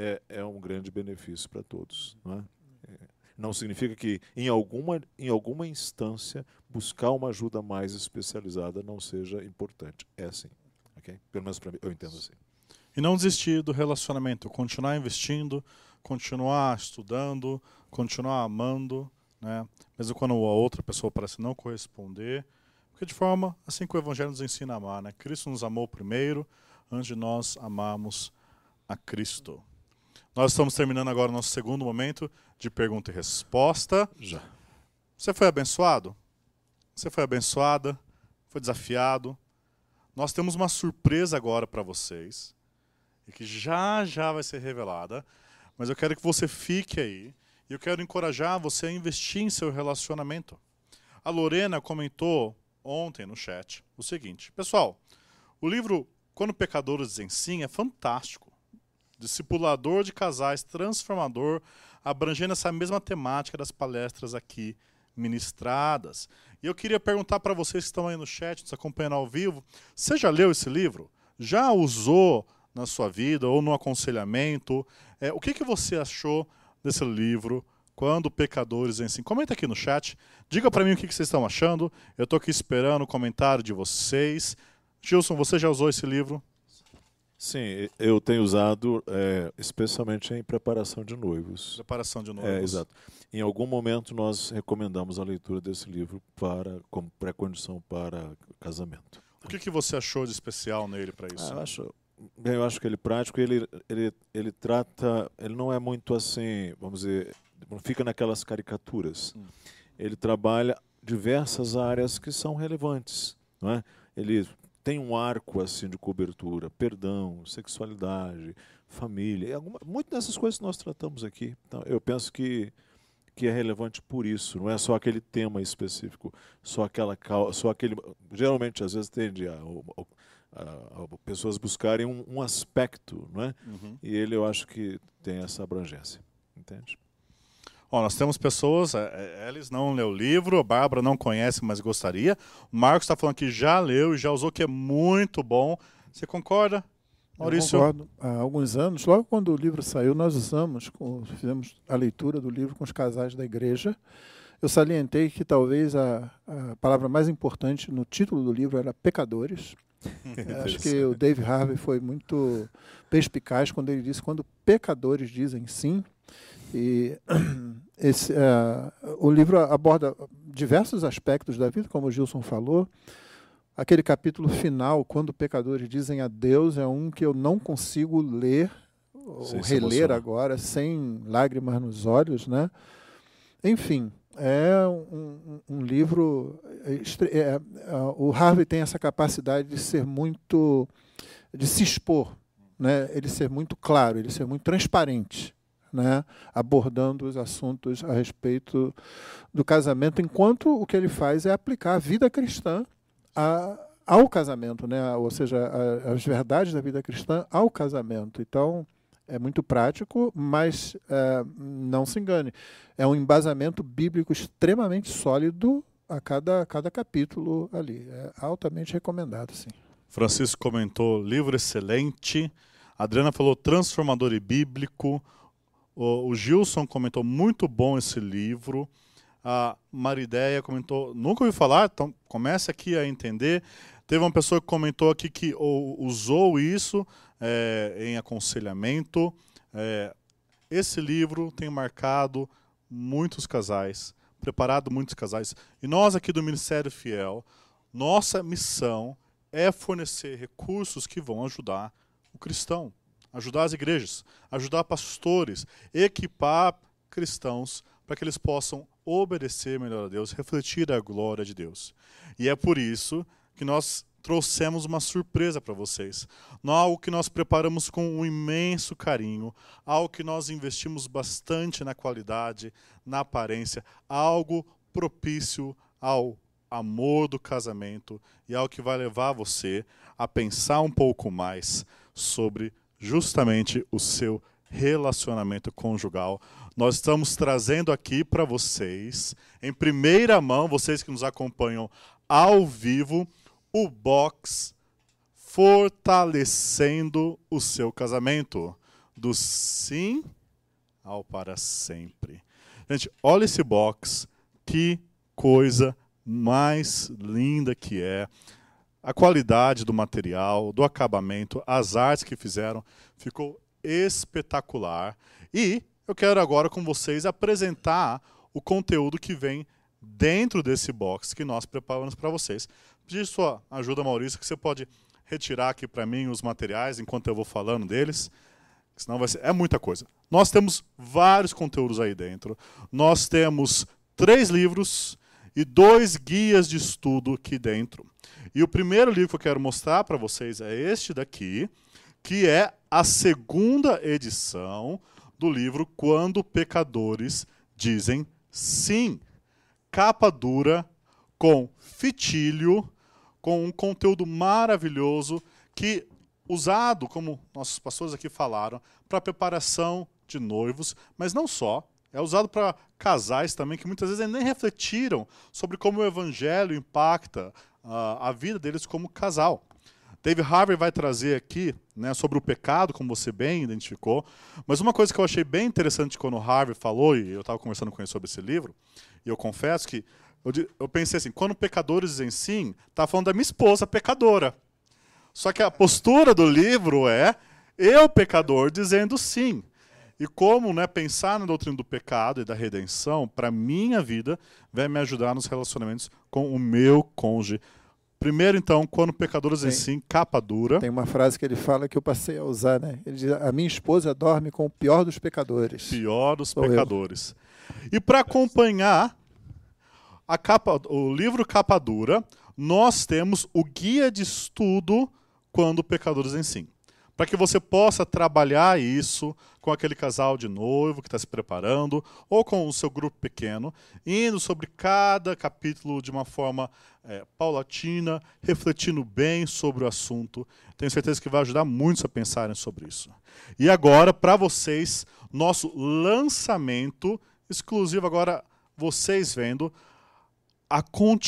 é um grande benefício para todos. Não é? Não significa que em alguma instância buscar uma ajuda mais especializada não seja importante. É assim. Okay? Pelo menos para mim, eu entendo assim. E não desistir do relacionamento, continuar investindo, continuar estudando, continuar amando, né? Mesmo quando a outra pessoa parece não corresponder, porque de forma assim que o Evangelho nos ensina a amar, né? Cristo nos amou primeiro, antes de nós amarmos a Cristo. Nós estamos terminando agora o nosso segundo momento de pergunta e resposta. Já. Você foi abençoado? Você foi abençoada? Foi desafiado? Nós temos uma surpresa agora para vocês, e que já vai ser revelada, mas eu quero que você fique aí, e eu quero encorajar você a investir em seu relacionamento. A Lorena comentou ontem no chat o seguinte: pessoal, o livro Quando Pecadores Dizem Sim é fantástico. Discipulador de casais, transformador, abrangendo essa mesma temática das palestras aqui ministradas. E eu queria perguntar para vocês que estão aí no chat, nos acompanhando ao vivo, você já leu esse livro? Já usou na sua vida ou no aconselhamento? O que você achou desse livro, Quando Pecadores Dizem Sim? Comenta aqui no chat, diga para mim o que vocês estão achando. Eu estou aqui esperando o comentário de vocês. Gilson, você já usou esse livro? Sim, eu tenho usado especialmente em preparação de noivos. Preparação de noivos. Exato. Em algum momento nós recomendamos a leitura desse livro como pré-condição para casamento. O que você achou de especial nele para isso? Eu acho que ele é prático, ele trata, ele não é muito assim, vamos dizer, não fica naquelas caricaturas. Ele trabalha diversas áreas que são relevantes, não é? Ele tem um arco assim de cobertura, perdão, sexualidade, família, muitas dessas coisas que nós tratamos aqui. Então, eu penso que é relevante por isso, não é só aquele tema específico, só aquele. Geralmente, às vezes, tende pessoas buscarem um aspecto, não é? Uhum. E ele, eu acho que tem essa abrangência, entende? Ó, nós temos pessoas, Elis não leu o livro, a Bárbara não conhece, mas gostaria. O Marcos está falando que já leu e já usou, que é muito bom. Você concorda, Maurício? Eu concordo. Há alguns anos, logo quando o livro saiu, nós fizemos a leitura do livro com os casais da igreja. Eu salientei que talvez a palavra mais importante no título do livro era pecadores. Acho que o Dave Harvey foi muito perspicaz quando ele disse: quando pecadores dizem sim. E o livro aborda diversos aspectos da vida, como o Gilson falou. Aquele capítulo final, quando pecadores dizem adeus, é um que eu não consigo ler ou reler agora sem lágrimas nos olhos, né? Enfim, é um livro... o Harvey tem essa capacidade de ser muito... de se expor, né? Ele ser muito claro, ele ser muito transparente, né? Abordando os assuntos a respeito do casamento, enquanto o que ele faz é aplicar a vida cristã ao casamento, né? Ou seja, as verdades da vida cristã ao casamento. Então, é muito prático, mas não se engane. É um embasamento bíblico extremamente sólido a cada capítulo ali. É altamente recomendado, sim. Francisco comentou, livro excelente. A Adriana falou, transformador e bíblico. O Gilson comentou, muito bom esse livro. A Marideia comentou, nunca ouvi falar, então comece aqui a entender. Teve uma pessoa que comentou aqui que usou isso em aconselhamento. Esse livro tem marcado muitos casais, preparado muitos casais. E nós aqui do Ministério Fiel, nossa missão é fornecer recursos que vão ajudar o cristão, ajudar as igrejas, ajudar pastores, equipar cristãos para que eles possam obedecer melhor a Deus, refletir a glória de Deus. E é por isso que nós trouxemos uma surpresa para vocês. Algo que nós preparamos com um imenso carinho, algo que nós investimos bastante na qualidade, na aparência, algo propício ao amor do casamento e algo que vai levar você a pensar um pouco mais sobre justamente o seu relacionamento conjugal. Nós estamos trazendo aqui para vocês, em primeira mão, vocês que nos acompanham ao vivo, o box Fortalecendo o Seu Casamento, do sim ao para sempre. Gente, olha esse box, que coisa mais linda que é. A qualidade do material, do acabamento, as artes que fizeram, ficou espetacular. E eu quero agora com vocês apresentar o conteúdo que vem dentro desse box que nós preparamos para vocês. Pedir sua ajuda, Maurício, que você pode retirar aqui para mim os materiais enquanto eu vou falando deles, senão vai ser, é muita coisa. Nós temos vários conteúdos aí dentro. Nós temos 3 livros e 2 guias de estudo aqui dentro. E o primeiro livro que eu quero mostrar para vocês é este daqui, que é a 2ª edição do livro Quando Pecadores Dizem Sim. Capa dura, com fitilho, com um conteúdo maravilhoso, que usado, como nossos pastores aqui falaram, para preparação de noivos, mas não só. É usado para casais também, que muitas vezes nem refletiram sobre como o evangelho impacta a vida deles como casal. Dave Harvey vai trazer aqui, né, sobre o pecado, como você bem identificou. Mas uma coisa que eu achei bem interessante quando o Harvey falou, e eu estava conversando com ele sobre esse livro, e eu confesso que eu pensei assim, quando pecadores dizem sim, está falando da minha esposa pecadora. Só que a postura do livro é eu, pecador, dizendo sim. E como, né, pensar na doutrina do pecado e da redenção, para a minha vida, vai me ajudar nos relacionamentos com o meu cônjuge. Primeiro, então, quando pecadores dizem sim, capa dura. Tem uma frase que ele fala que eu passei a usar, né? Ele diz, a minha esposa dorme com o pior dos pecadores. Pior dos pecadores. E para acompanhar o livro capa dura, nós temos o guia de estudo Quando Pecadores dizem Sim. para que você possa trabalhar isso com aquele casal de noivo que está se preparando, ou com o seu grupo pequeno, indo sobre cada capítulo de uma forma paulatina, refletindo bem sobre o assunto. Tenho certeza que vai ajudar muitos a pensarem sobre isso. E agora, para vocês, nosso lançamento exclusivo, agora vocês vendo a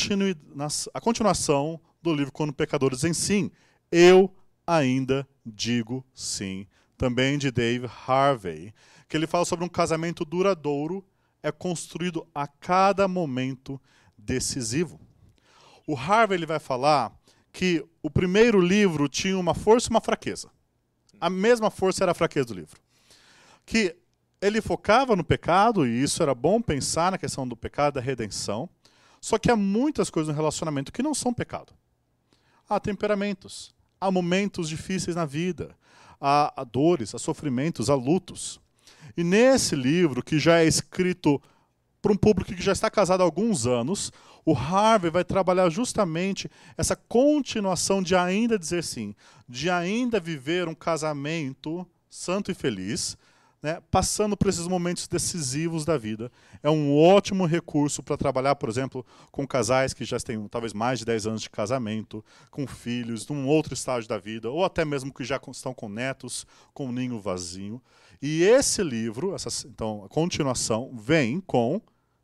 continuação do livro Quando Pecadores Dizem Sim. Eu ainda digo sim. Também de Dave Harvey, que ele fala sobre um casamento duradouro é construído a cada momento decisivo. O Harvey ele vai falar que o primeiro livro tinha uma força e uma fraqueza. A mesma força era a fraqueza do livro. Que ele focava no pecado, e isso era bom pensar na questão do pecado, da redenção, só que há muitas coisas no relacionamento que não são pecado. Há temperamentos, há momentos difíceis na vida, há dores, há sofrimentos, há lutos. E nesse livro, que já é escrito para um público que já está casado há alguns anos, o Harvey vai trabalhar justamente essa continuação de ainda dizer sim, de ainda viver um casamento santo e feliz, né, passando por esses momentos decisivos da vida. É um ótimo recurso para trabalhar, por exemplo, com casais que já têm talvez mais de 10 anos de casamento, com filhos, num outro estágio da vida, ou até mesmo que já estão com netos, com um ninho vazio. E esse livro, então, a continuação, vem com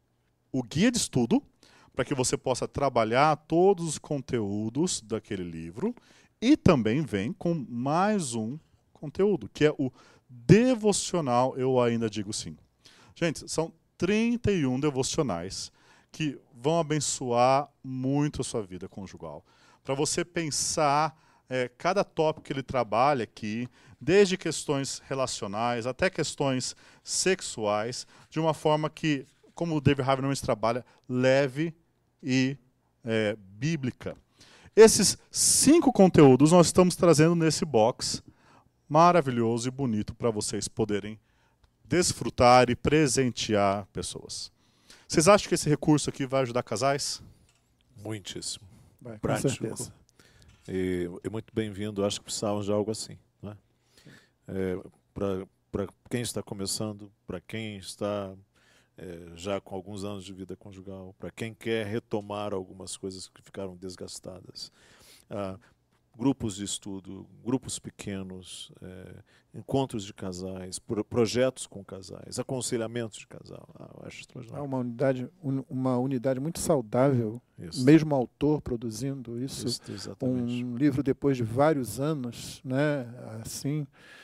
o guia de estudo, para que você possa trabalhar todos os conteúdos daquele livro, e também vem com mais um conteúdo, que é o devocional Eu Ainda Digo Sim. Gente, são 31 devocionais que vão abençoar muito a sua vida conjugal. Para você pensar cada tópico que ele trabalha aqui, desde questões relacionais até questões sexuais, de uma forma que, como o David Harvey normalmente trabalha, leve e bíblica. Esses 5 conteúdos nós estamos trazendo nesse box maravilhoso e bonito para vocês poderem desfrutar e presentear pessoas. Vocês acham que esse recurso aqui vai ajudar casais? Muitíssimo. Vai, Prático. com certeza. E muito bem-vindo. Acho que precisávamos de algo assim. Né? Para quem está começando, para quem está já com alguns anos de vida conjugal, para quem quer retomar algumas coisas que ficaram desgastadas. Grupos de estudo, grupos pequenos, encontros de casais, projetos com casais, aconselhamentos de casal. Eu acho extraordinário. Uma unidade muito saudável, Isso. mesmo autor produzindo isso, Exatamente. um livro depois de vários anos, né? Assim,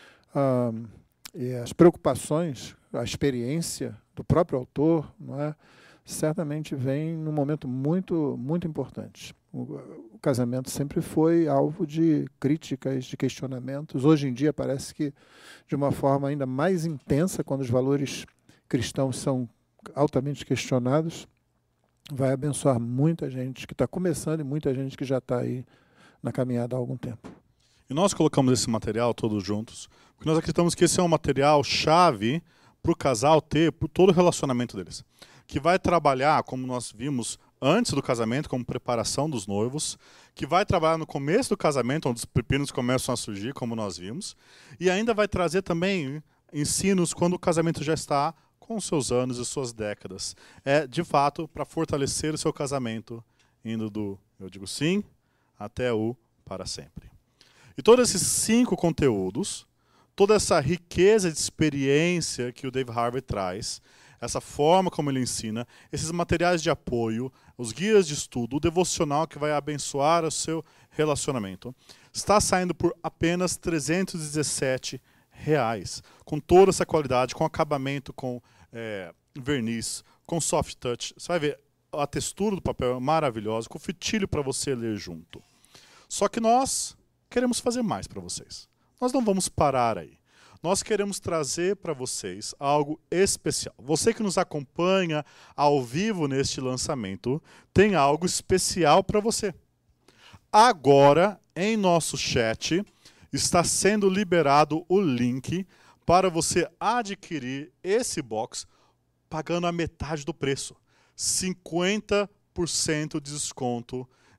e as preocupações, a experiência do próprio autor, não é? Certamente vem num momento muito, muito importante. O casamento sempre foi alvo de críticas, de questionamentos. Hoje em dia parece que de uma forma ainda mais intensa, quando os valores cristãos são altamente questionados, vai abençoar muita gente que está começando e muita gente que já está aí na caminhada há algum tempo. E nós colocamos esse material todos juntos, porque nós acreditamos que esse é um material chave para o casal ter por todo o relacionamento deles, que vai trabalhar, como nós vimos antes do casamento, como preparação dos noivos, que vai trabalhar no começo do casamento, onde os pepinos começam a surgir, como nós vimos, e ainda vai trazer também ensinos quando o casamento já está com seus anos e suas décadas. É, de fato, para fortalecer o seu casamento, indo do eu digo sim até o para sempre. E todos esses 5 conteúdos, toda essa riqueza de experiência que o Dave Harvey traz, essa forma como ele ensina, esses materiais de apoio, os guias de estudo, o devocional que vai abençoar o seu relacionamento, está saindo por apenas R$ 317, com toda essa qualidade, com acabamento, com verniz, com soft touch. Você vai ver, a textura do papel é maravilhosa, com fitilho para você ler junto. Só que nós queremos fazer mais para vocês. Nós não vamos parar aí. Nós queremos trazer para vocês algo especial. Você que nos acompanha ao vivo neste lançamento, tem algo especial para você. Agora, em nosso chat, está sendo liberado o link para você adquirir esse box pagando a metade do preço. 50% de desconto.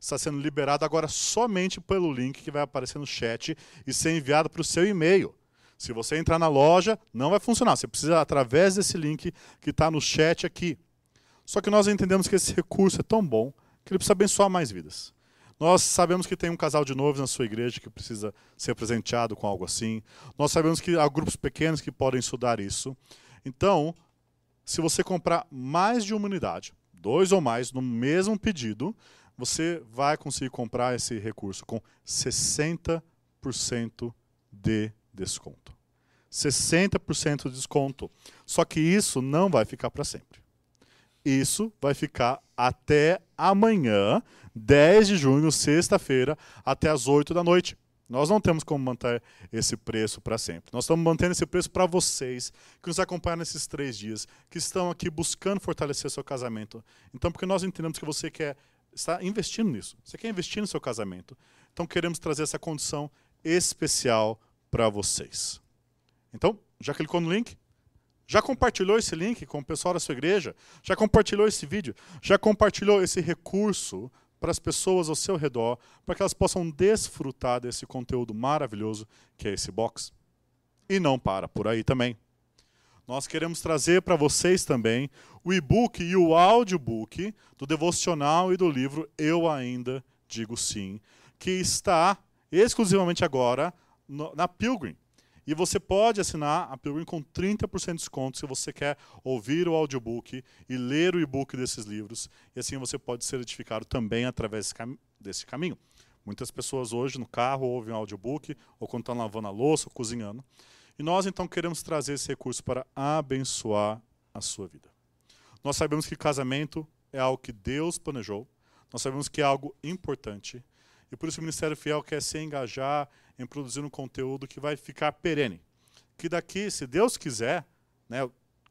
está sendo liberado agora somente pelo link que vai aparecer no chat e ser enviado para o seu e-mail. Se você entrar na loja, não vai funcionar. Você precisa através desse link que está no chat aqui. Só que nós entendemos que esse recurso é tão bom que ele precisa abençoar mais vidas. Nós sabemos que tem um casal de noivos na sua igreja que precisa ser presenteado com algo assim. Nós sabemos que há grupos pequenos que podem estudar isso. Então, se você comprar mais de uma unidade, 2 ou mais, no mesmo pedido, você vai conseguir comprar esse recurso com 60% de desconto. 60% de desconto. Só que isso não vai ficar para sempre. Isso vai ficar até amanhã, 10 de junho, sexta-feira, até as 8 da noite. Nós não temos como manter esse preço para sempre. Nós estamos mantendo esse preço para vocês que nos acompanham nesses 3 dias, que estão aqui buscando fortalecer seu casamento. Então, porque nós entendemos que você está investindo nisso. Você quer investir no seu casamento. Então, queremos trazer essa condição especial para vocês. Então, já clicou no link? Já compartilhou esse link com o pessoal da sua igreja? Já compartilhou esse vídeo? Já compartilhou esse recurso para as pessoas ao seu redor, para que elas possam desfrutar desse conteúdo maravilhoso que é esse box? E não para por aí também. Nós queremos trazer para vocês também o e-book e o audiobook do devocional e do livro Eu Ainda Digo Sim, que está exclusivamente agora na Pilgrim. E você pode assinar a Pilgrim com 30% de desconto se você quer ouvir o audiobook e ler o e-book desses livros. E assim você pode ser edificado também através desse caminho. Muitas pessoas hoje no carro ouvem o audiobook, ou quando estão lavando a louça, ou cozinhando. E nós então queremos trazer esse recurso para abençoar a sua vida. Nós sabemos que casamento é algo que Deus planejou. Nós sabemos que é algo importante. E por isso o Ministério Fiel quer se engajar em produzir um conteúdo que vai ficar perene. Que daqui, se Deus quiser, né,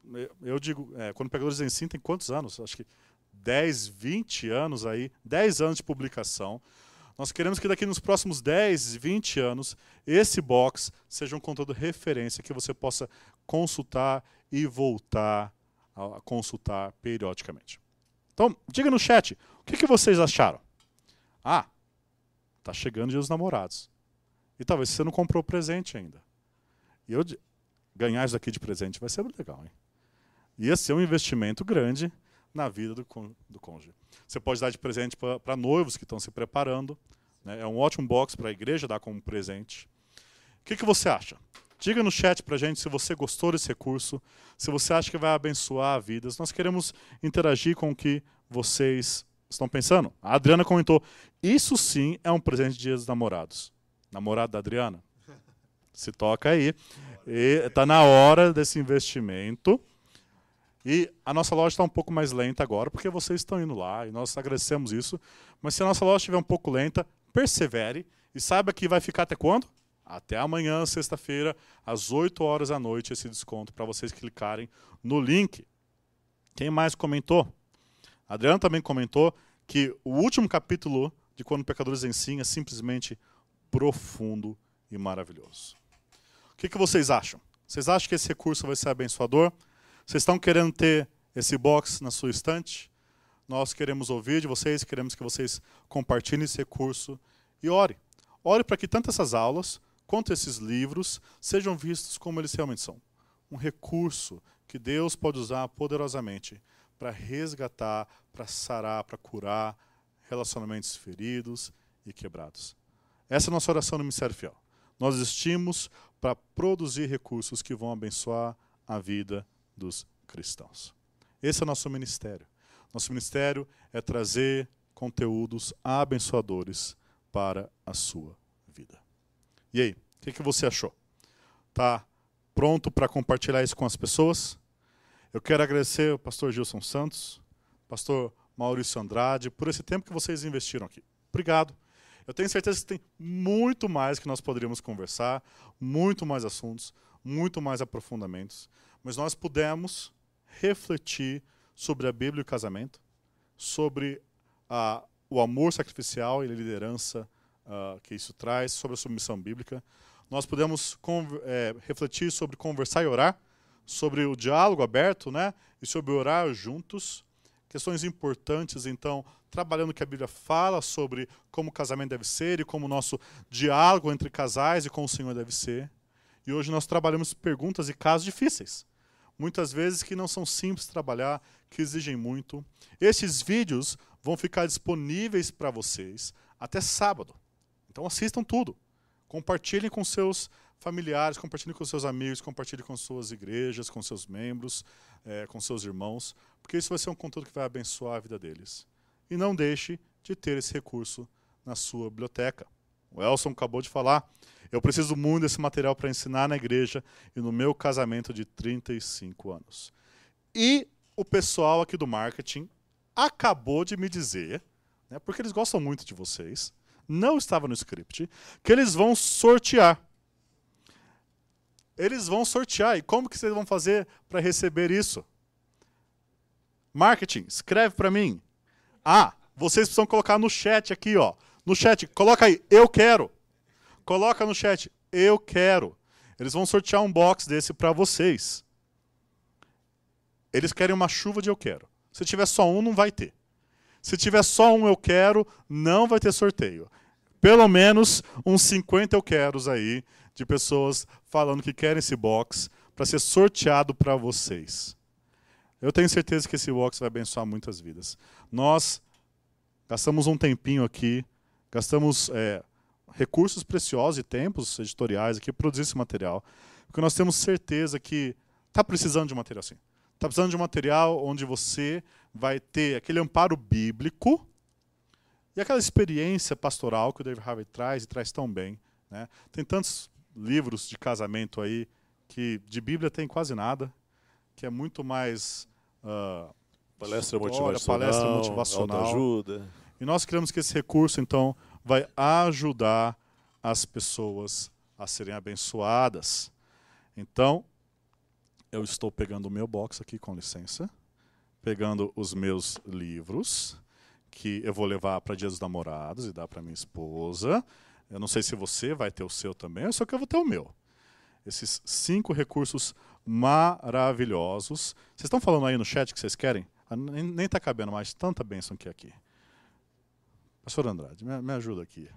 eu digo, quando Pecadores em Si tem quantos anos? Acho que 10, 20 anos aí, 10 anos de publicação. Nós queremos que daqui nos próximos 10, 20 anos, esse box seja um conteúdo referência que você possa consultar e voltar a consultar periodicamente. Então, diga no chat, o que vocês acharam? Ah, tá chegando o Dia dos Namorados. E talvez você não comprou presente ainda. E ganhar isso aqui de presente vai ser legal, hein? Ia ser um investimento grande na vida do cônjuge. Você pode dar de presente para noivos que estão se preparando. Né? É um ótimo box para a igreja dar como presente. O que você acha? Diga no chat para a gente se você gostou desse recurso, se você acha que vai abençoar vidas. Nós queremos interagir com o que vocês estão pensando. A Adriana comentou, isso sim é um presente de Dia dos Namorados. Namorado da Adriana? Se toca aí. Está na hora desse investimento. E a nossa loja está um pouco mais lenta agora, porque vocês estão indo lá, e nós agradecemos isso. Mas se a nossa loja estiver um pouco lenta, persevere e saiba que vai ficar até quando? Até amanhã, sexta-feira, às 8 horas da noite, esse desconto para vocês clicarem no link. Quem mais comentou? A Adriana também comentou que o último capítulo de Quando Pecadores em Si é simplesmente profundo e maravilhoso. O que vocês acham? Vocês acham que esse recurso vai ser abençoador? Vocês estão querendo ter esse box na sua estante? Nós queremos ouvir de vocês, queremos que vocês compartilhem esse recurso e ore. Ore para que tanto essas aulas quanto esses livros sejam vistos como eles realmente são. Um recurso que Deus pode usar poderosamente para resgatar, para sarar, para curar relacionamentos feridos e quebrados. Essa é a nossa oração no Ministério Fiel. Nós existimos para produzir recursos que vão abençoar a vida dos cristãos. Esse é o nosso ministério. Nosso ministério é trazer conteúdos abençoadores para a sua vida. E aí, o que você achou? Está pronto para compartilhar isso com as pessoas? Eu quero agradecer ao pastor Gilson Santos, pastor Maurício Andrade, por esse tempo que vocês investiram aqui. Obrigado. Eu tenho certeza que tem muito mais que nós poderíamos conversar, muito mais assuntos, muito mais aprofundamentos, mas nós pudemos refletir sobre a Bíblia e o casamento, sobre o amor sacrificial e a liderança que isso traz, sobre a submissão bíblica. Nós pudemos refletir sobre conversar e orar, sobre o diálogo aberto, né? E sobre orar juntos. questões importantes, então, trabalhando o que a Bíblia fala sobre como o casamento deve ser e como o nosso diálogo entre casais e com o Senhor deve ser. E hoje nós trabalhamos perguntas e casos difíceis. Muitas vezes que não são simples de trabalhar, que exigem muito. Esses vídeos vão ficar disponíveis para vocês até sábado. Então assistam tudo. Compartilhem com seus familiares, compartilhem com seus amigos, compartilhem com suas igrejas, com seus membros, com seus irmãos, porque isso vai ser um conteúdo que vai abençoar a vida deles. E não deixe de ter esse recurso na sua biblioteca. O Elson acabou de falar, eu preciso muito desse material para ensinar na igreja e no meu casamento de 35 anos. E o pessoal aqui do marketing acabou de me dizer, né, porque eles gostam muito de vocês, não estava no script, que eles vão sortear. Eles vão sortear. E como que vocês vão fazer para receber isso? Marketing, escreve para mim. Vocês precisam colocar no chat aqui, ó. No chat, coloca aí, eu quero. Coloca no chat, eu quero. Eles vão sortear um box desse para vocês. Eles querem uma chuva de eu quero. Se tiver só um, não vai ter. Se tiver só um eu quero, não vai ter sorteio. Pelo menos uns 50 eu queros aí, de pessoas falando que querem esse box para ser sorteado para vocês. Eu tenho certeza que esse box vai abençoar muitas vidas. Nós gastamos um tempinho aqui, gastamos recursos preciosos e tempos editoriais aqui para produzir esse material, porque nós temos certeza que está precisando de um material assim. Está precisando de um material onde você vai ter aquele amparo bíblico e aquela experiência pastoral que o David Harvey traz e traz tão bem, né? Tem tantos livros de casamento aí que de Bíblia tem quase nada, que é muito mais palestra motivacional, autoajuda. E nós queremos que esse recurso, então, vai ajudar as pessoas a serem abençoadas. Então, eu estou pegando o meu box aqui, com licença, pegando os meus livros, que eu vou levar para Dia dos Namorados e dar para minha esposa. Eu não sei se você vai ter o seu também, só que eu vou ter o meu. Esses 5 recursos maravilhosos. Vocês estão falando aí no chat que vocês querem? Nem está cabendo mais tanta bênção que aqui. Pastor Andrade, me ajuda aqui.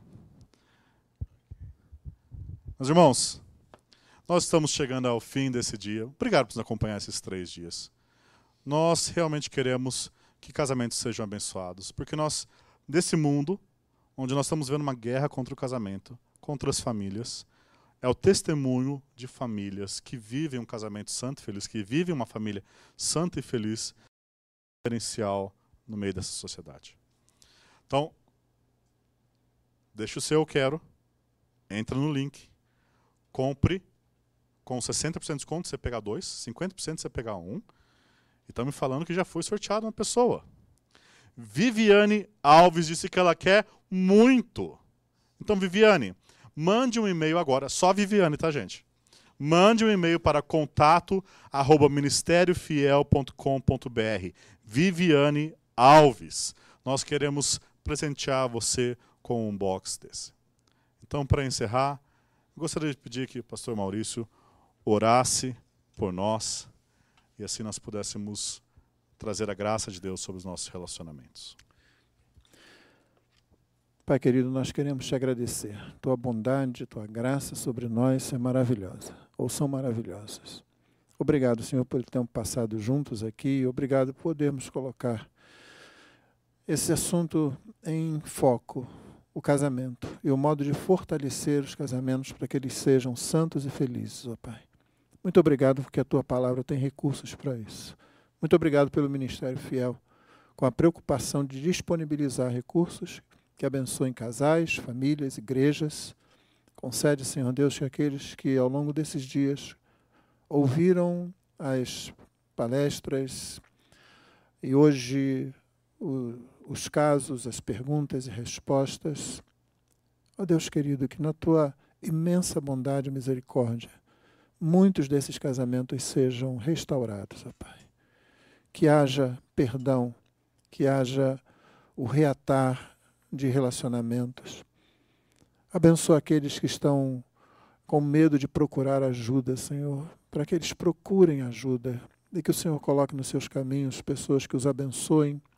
Meus irmãos, nós estamos chegando ao fim desse dia. Obrigado por nos acompanhar esses 3 dias. Nós realmente queremos que casamentos sejam abençoados, porque nós, desse mundo, onde nós estamos vendo uma guerra contra o casamento, contra as famílias, é o testemunho de famílias que vivem um casamento santo e feliz, que vivem uma família santa e feliz, diferencial no meio dessa sociedade. Então, deixa o seu eu quero, entra no link, compre com 60% de desconto se você pegar 2, 50% se você pegar 1, e estão me falando que já foi sorteado uma pessoa. Viviane Alves disse que ela quer muito. Então, Viviane, mande um e-mail agora, só Viviane, tá, gente? Mande um e-mail para contato@ministériofiel.com.br. Viviane Alves. Nós queremos presentear você com um box desse. Então, para encerrar, eu gostaria de pedir que o pastor Maurício orasse por nós e assim nós pudéssemos trazer a graça de Deus sobre os nossos relacionamentos. Pai querido, nós queremos te agradecer. Tua bondade, tua graça sobre nós é maravilhosa, ou são maravilhosas. Obrigado, Senhor, por termos passado juntos aqui. Obrigado por podermos colocar esse assunto em foco, o casamento, e o modo de fortalecer os casamentos para que eles sejam santos e felizes, ó Pai. Muito obrigado porque a tua palavra tem recursos para isso. Muito obrigado pelo Ministério Fiel, com a preocupação de disponibilizar recursos que abençoem casais, famílias, igrejas. Concede, Senhor Deus, que aqueles que ao longo desses dias ouviram as palestras e hoje os casos, as perguntas e respostas, ó Deus querido, que na tua imensa bondade e misericórdia, muitos desses casamentos sejam restaurados, ó Pai. Que haja perdão, que haja o reatar de relacionamentos. Abençoa aqueles que estão com medo de procurar ajuda, Senhor, para que eles procurem ajuda e que o Senhor coloque nos seus caminhos pessoas que os abençoem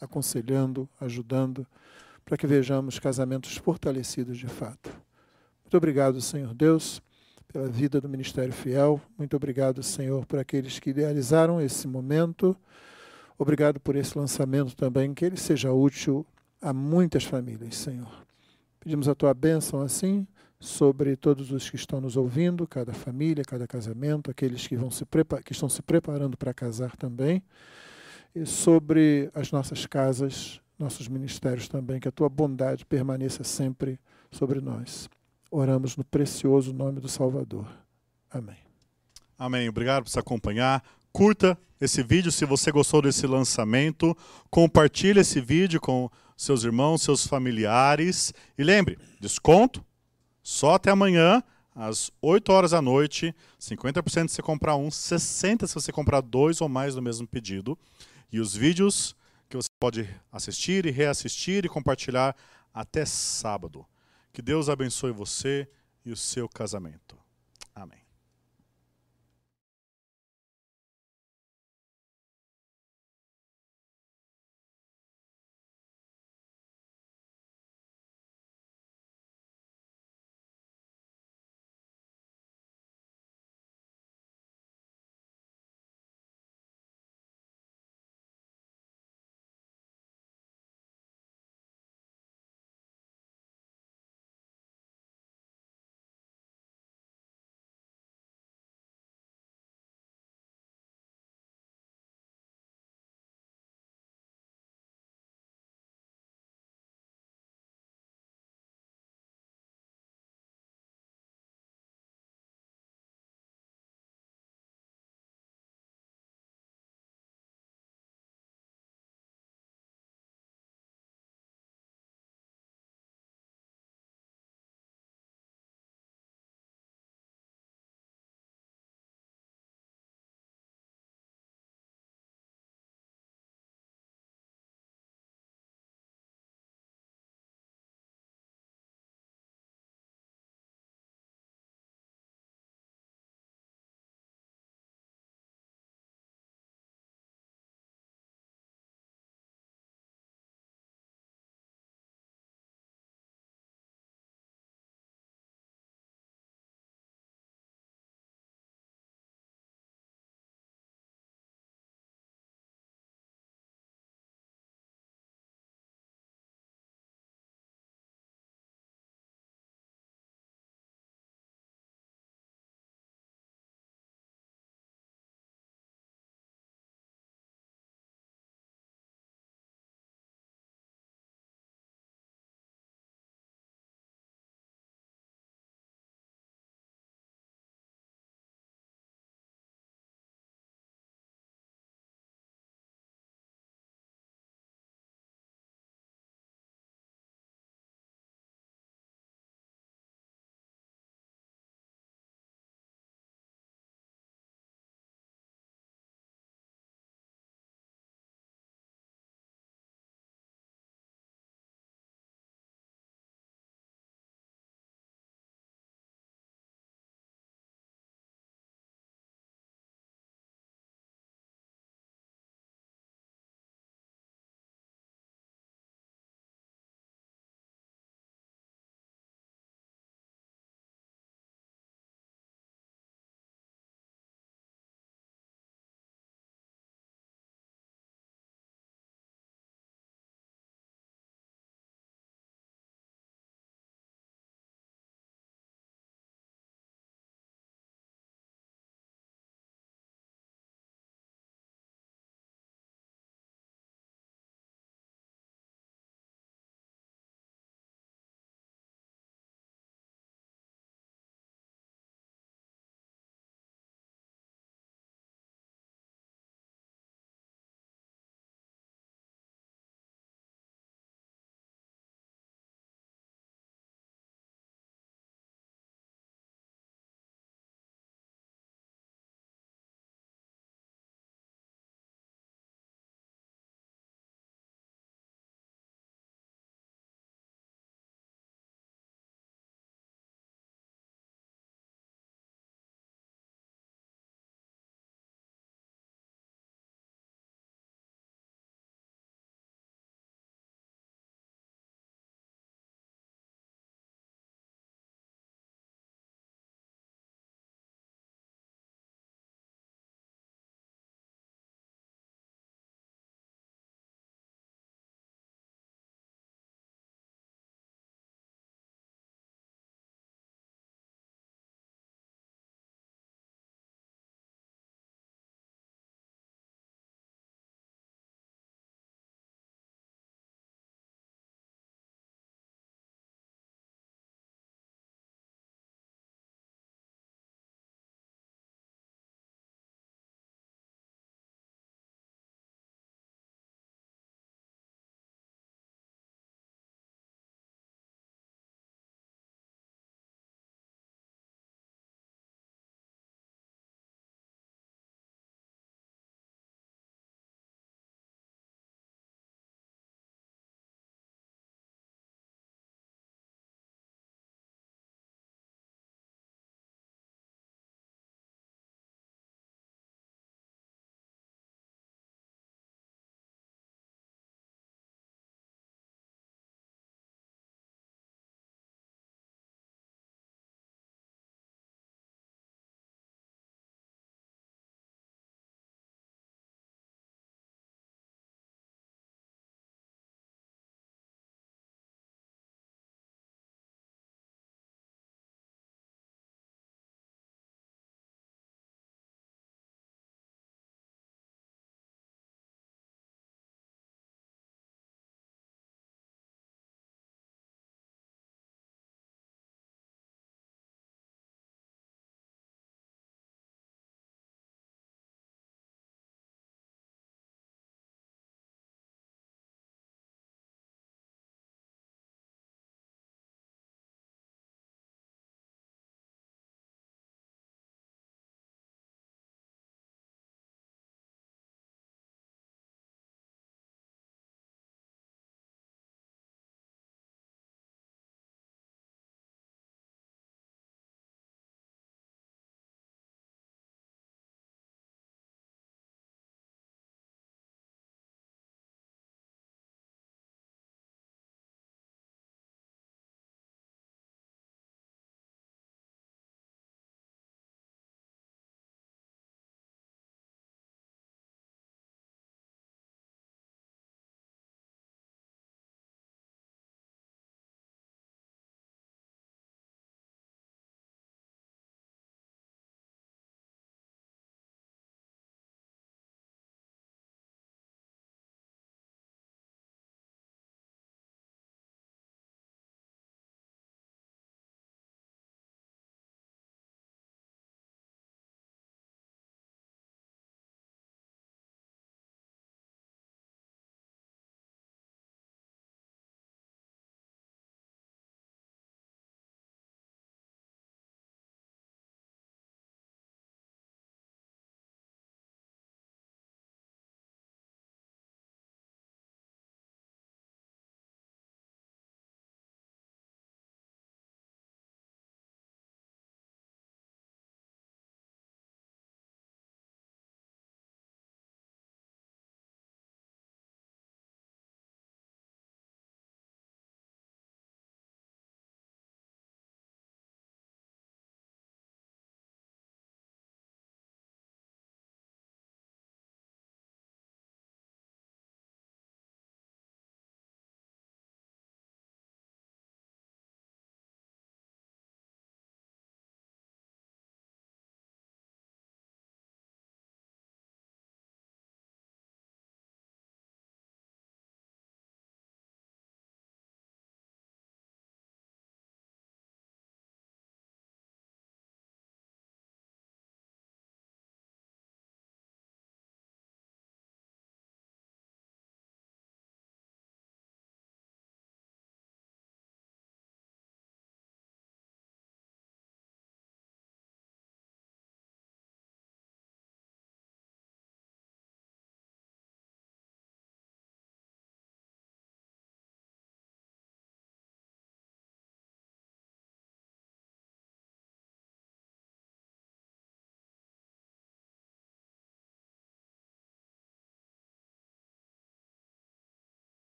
aconselhando, ajudando, para que vejamos casamentos fortalecidos de fato. Muito obrigado, Senhor Deus, pela vida do Ministério Fiel. Muito obrigado, Senhor, por aqueles que idealizaram esse momento. Obrigado por esse lançamento também, que ele seja útil a muitas famílias, Senhor. Pedimos a Tua bênção assim sobre todos os que estão nos ouvindo, cada família, cada casamento, aqueles que estão se preparando para casar também, e sobre as nossas casas, nossos ministérios também, que a Tua bondade permaneça sempre sobre nós. Oramos no precioso nome do Salvador. Amém. Amém. Obrigado por se acompanhar. Curta esse vídeo se você gostou desse lançamento. Compartilhe esse vídeo com seus irmãos, seus familiares. E lembre, desconto só até amanhã, às 8 horas da noite. 50% se você comprar um, 60% se você comprar 2 ou mais do mesmo pedido. E os vídeos que você pode assistir e reassistir e compartilhar até sábado. Que Deus abençoe você e o seu casamento.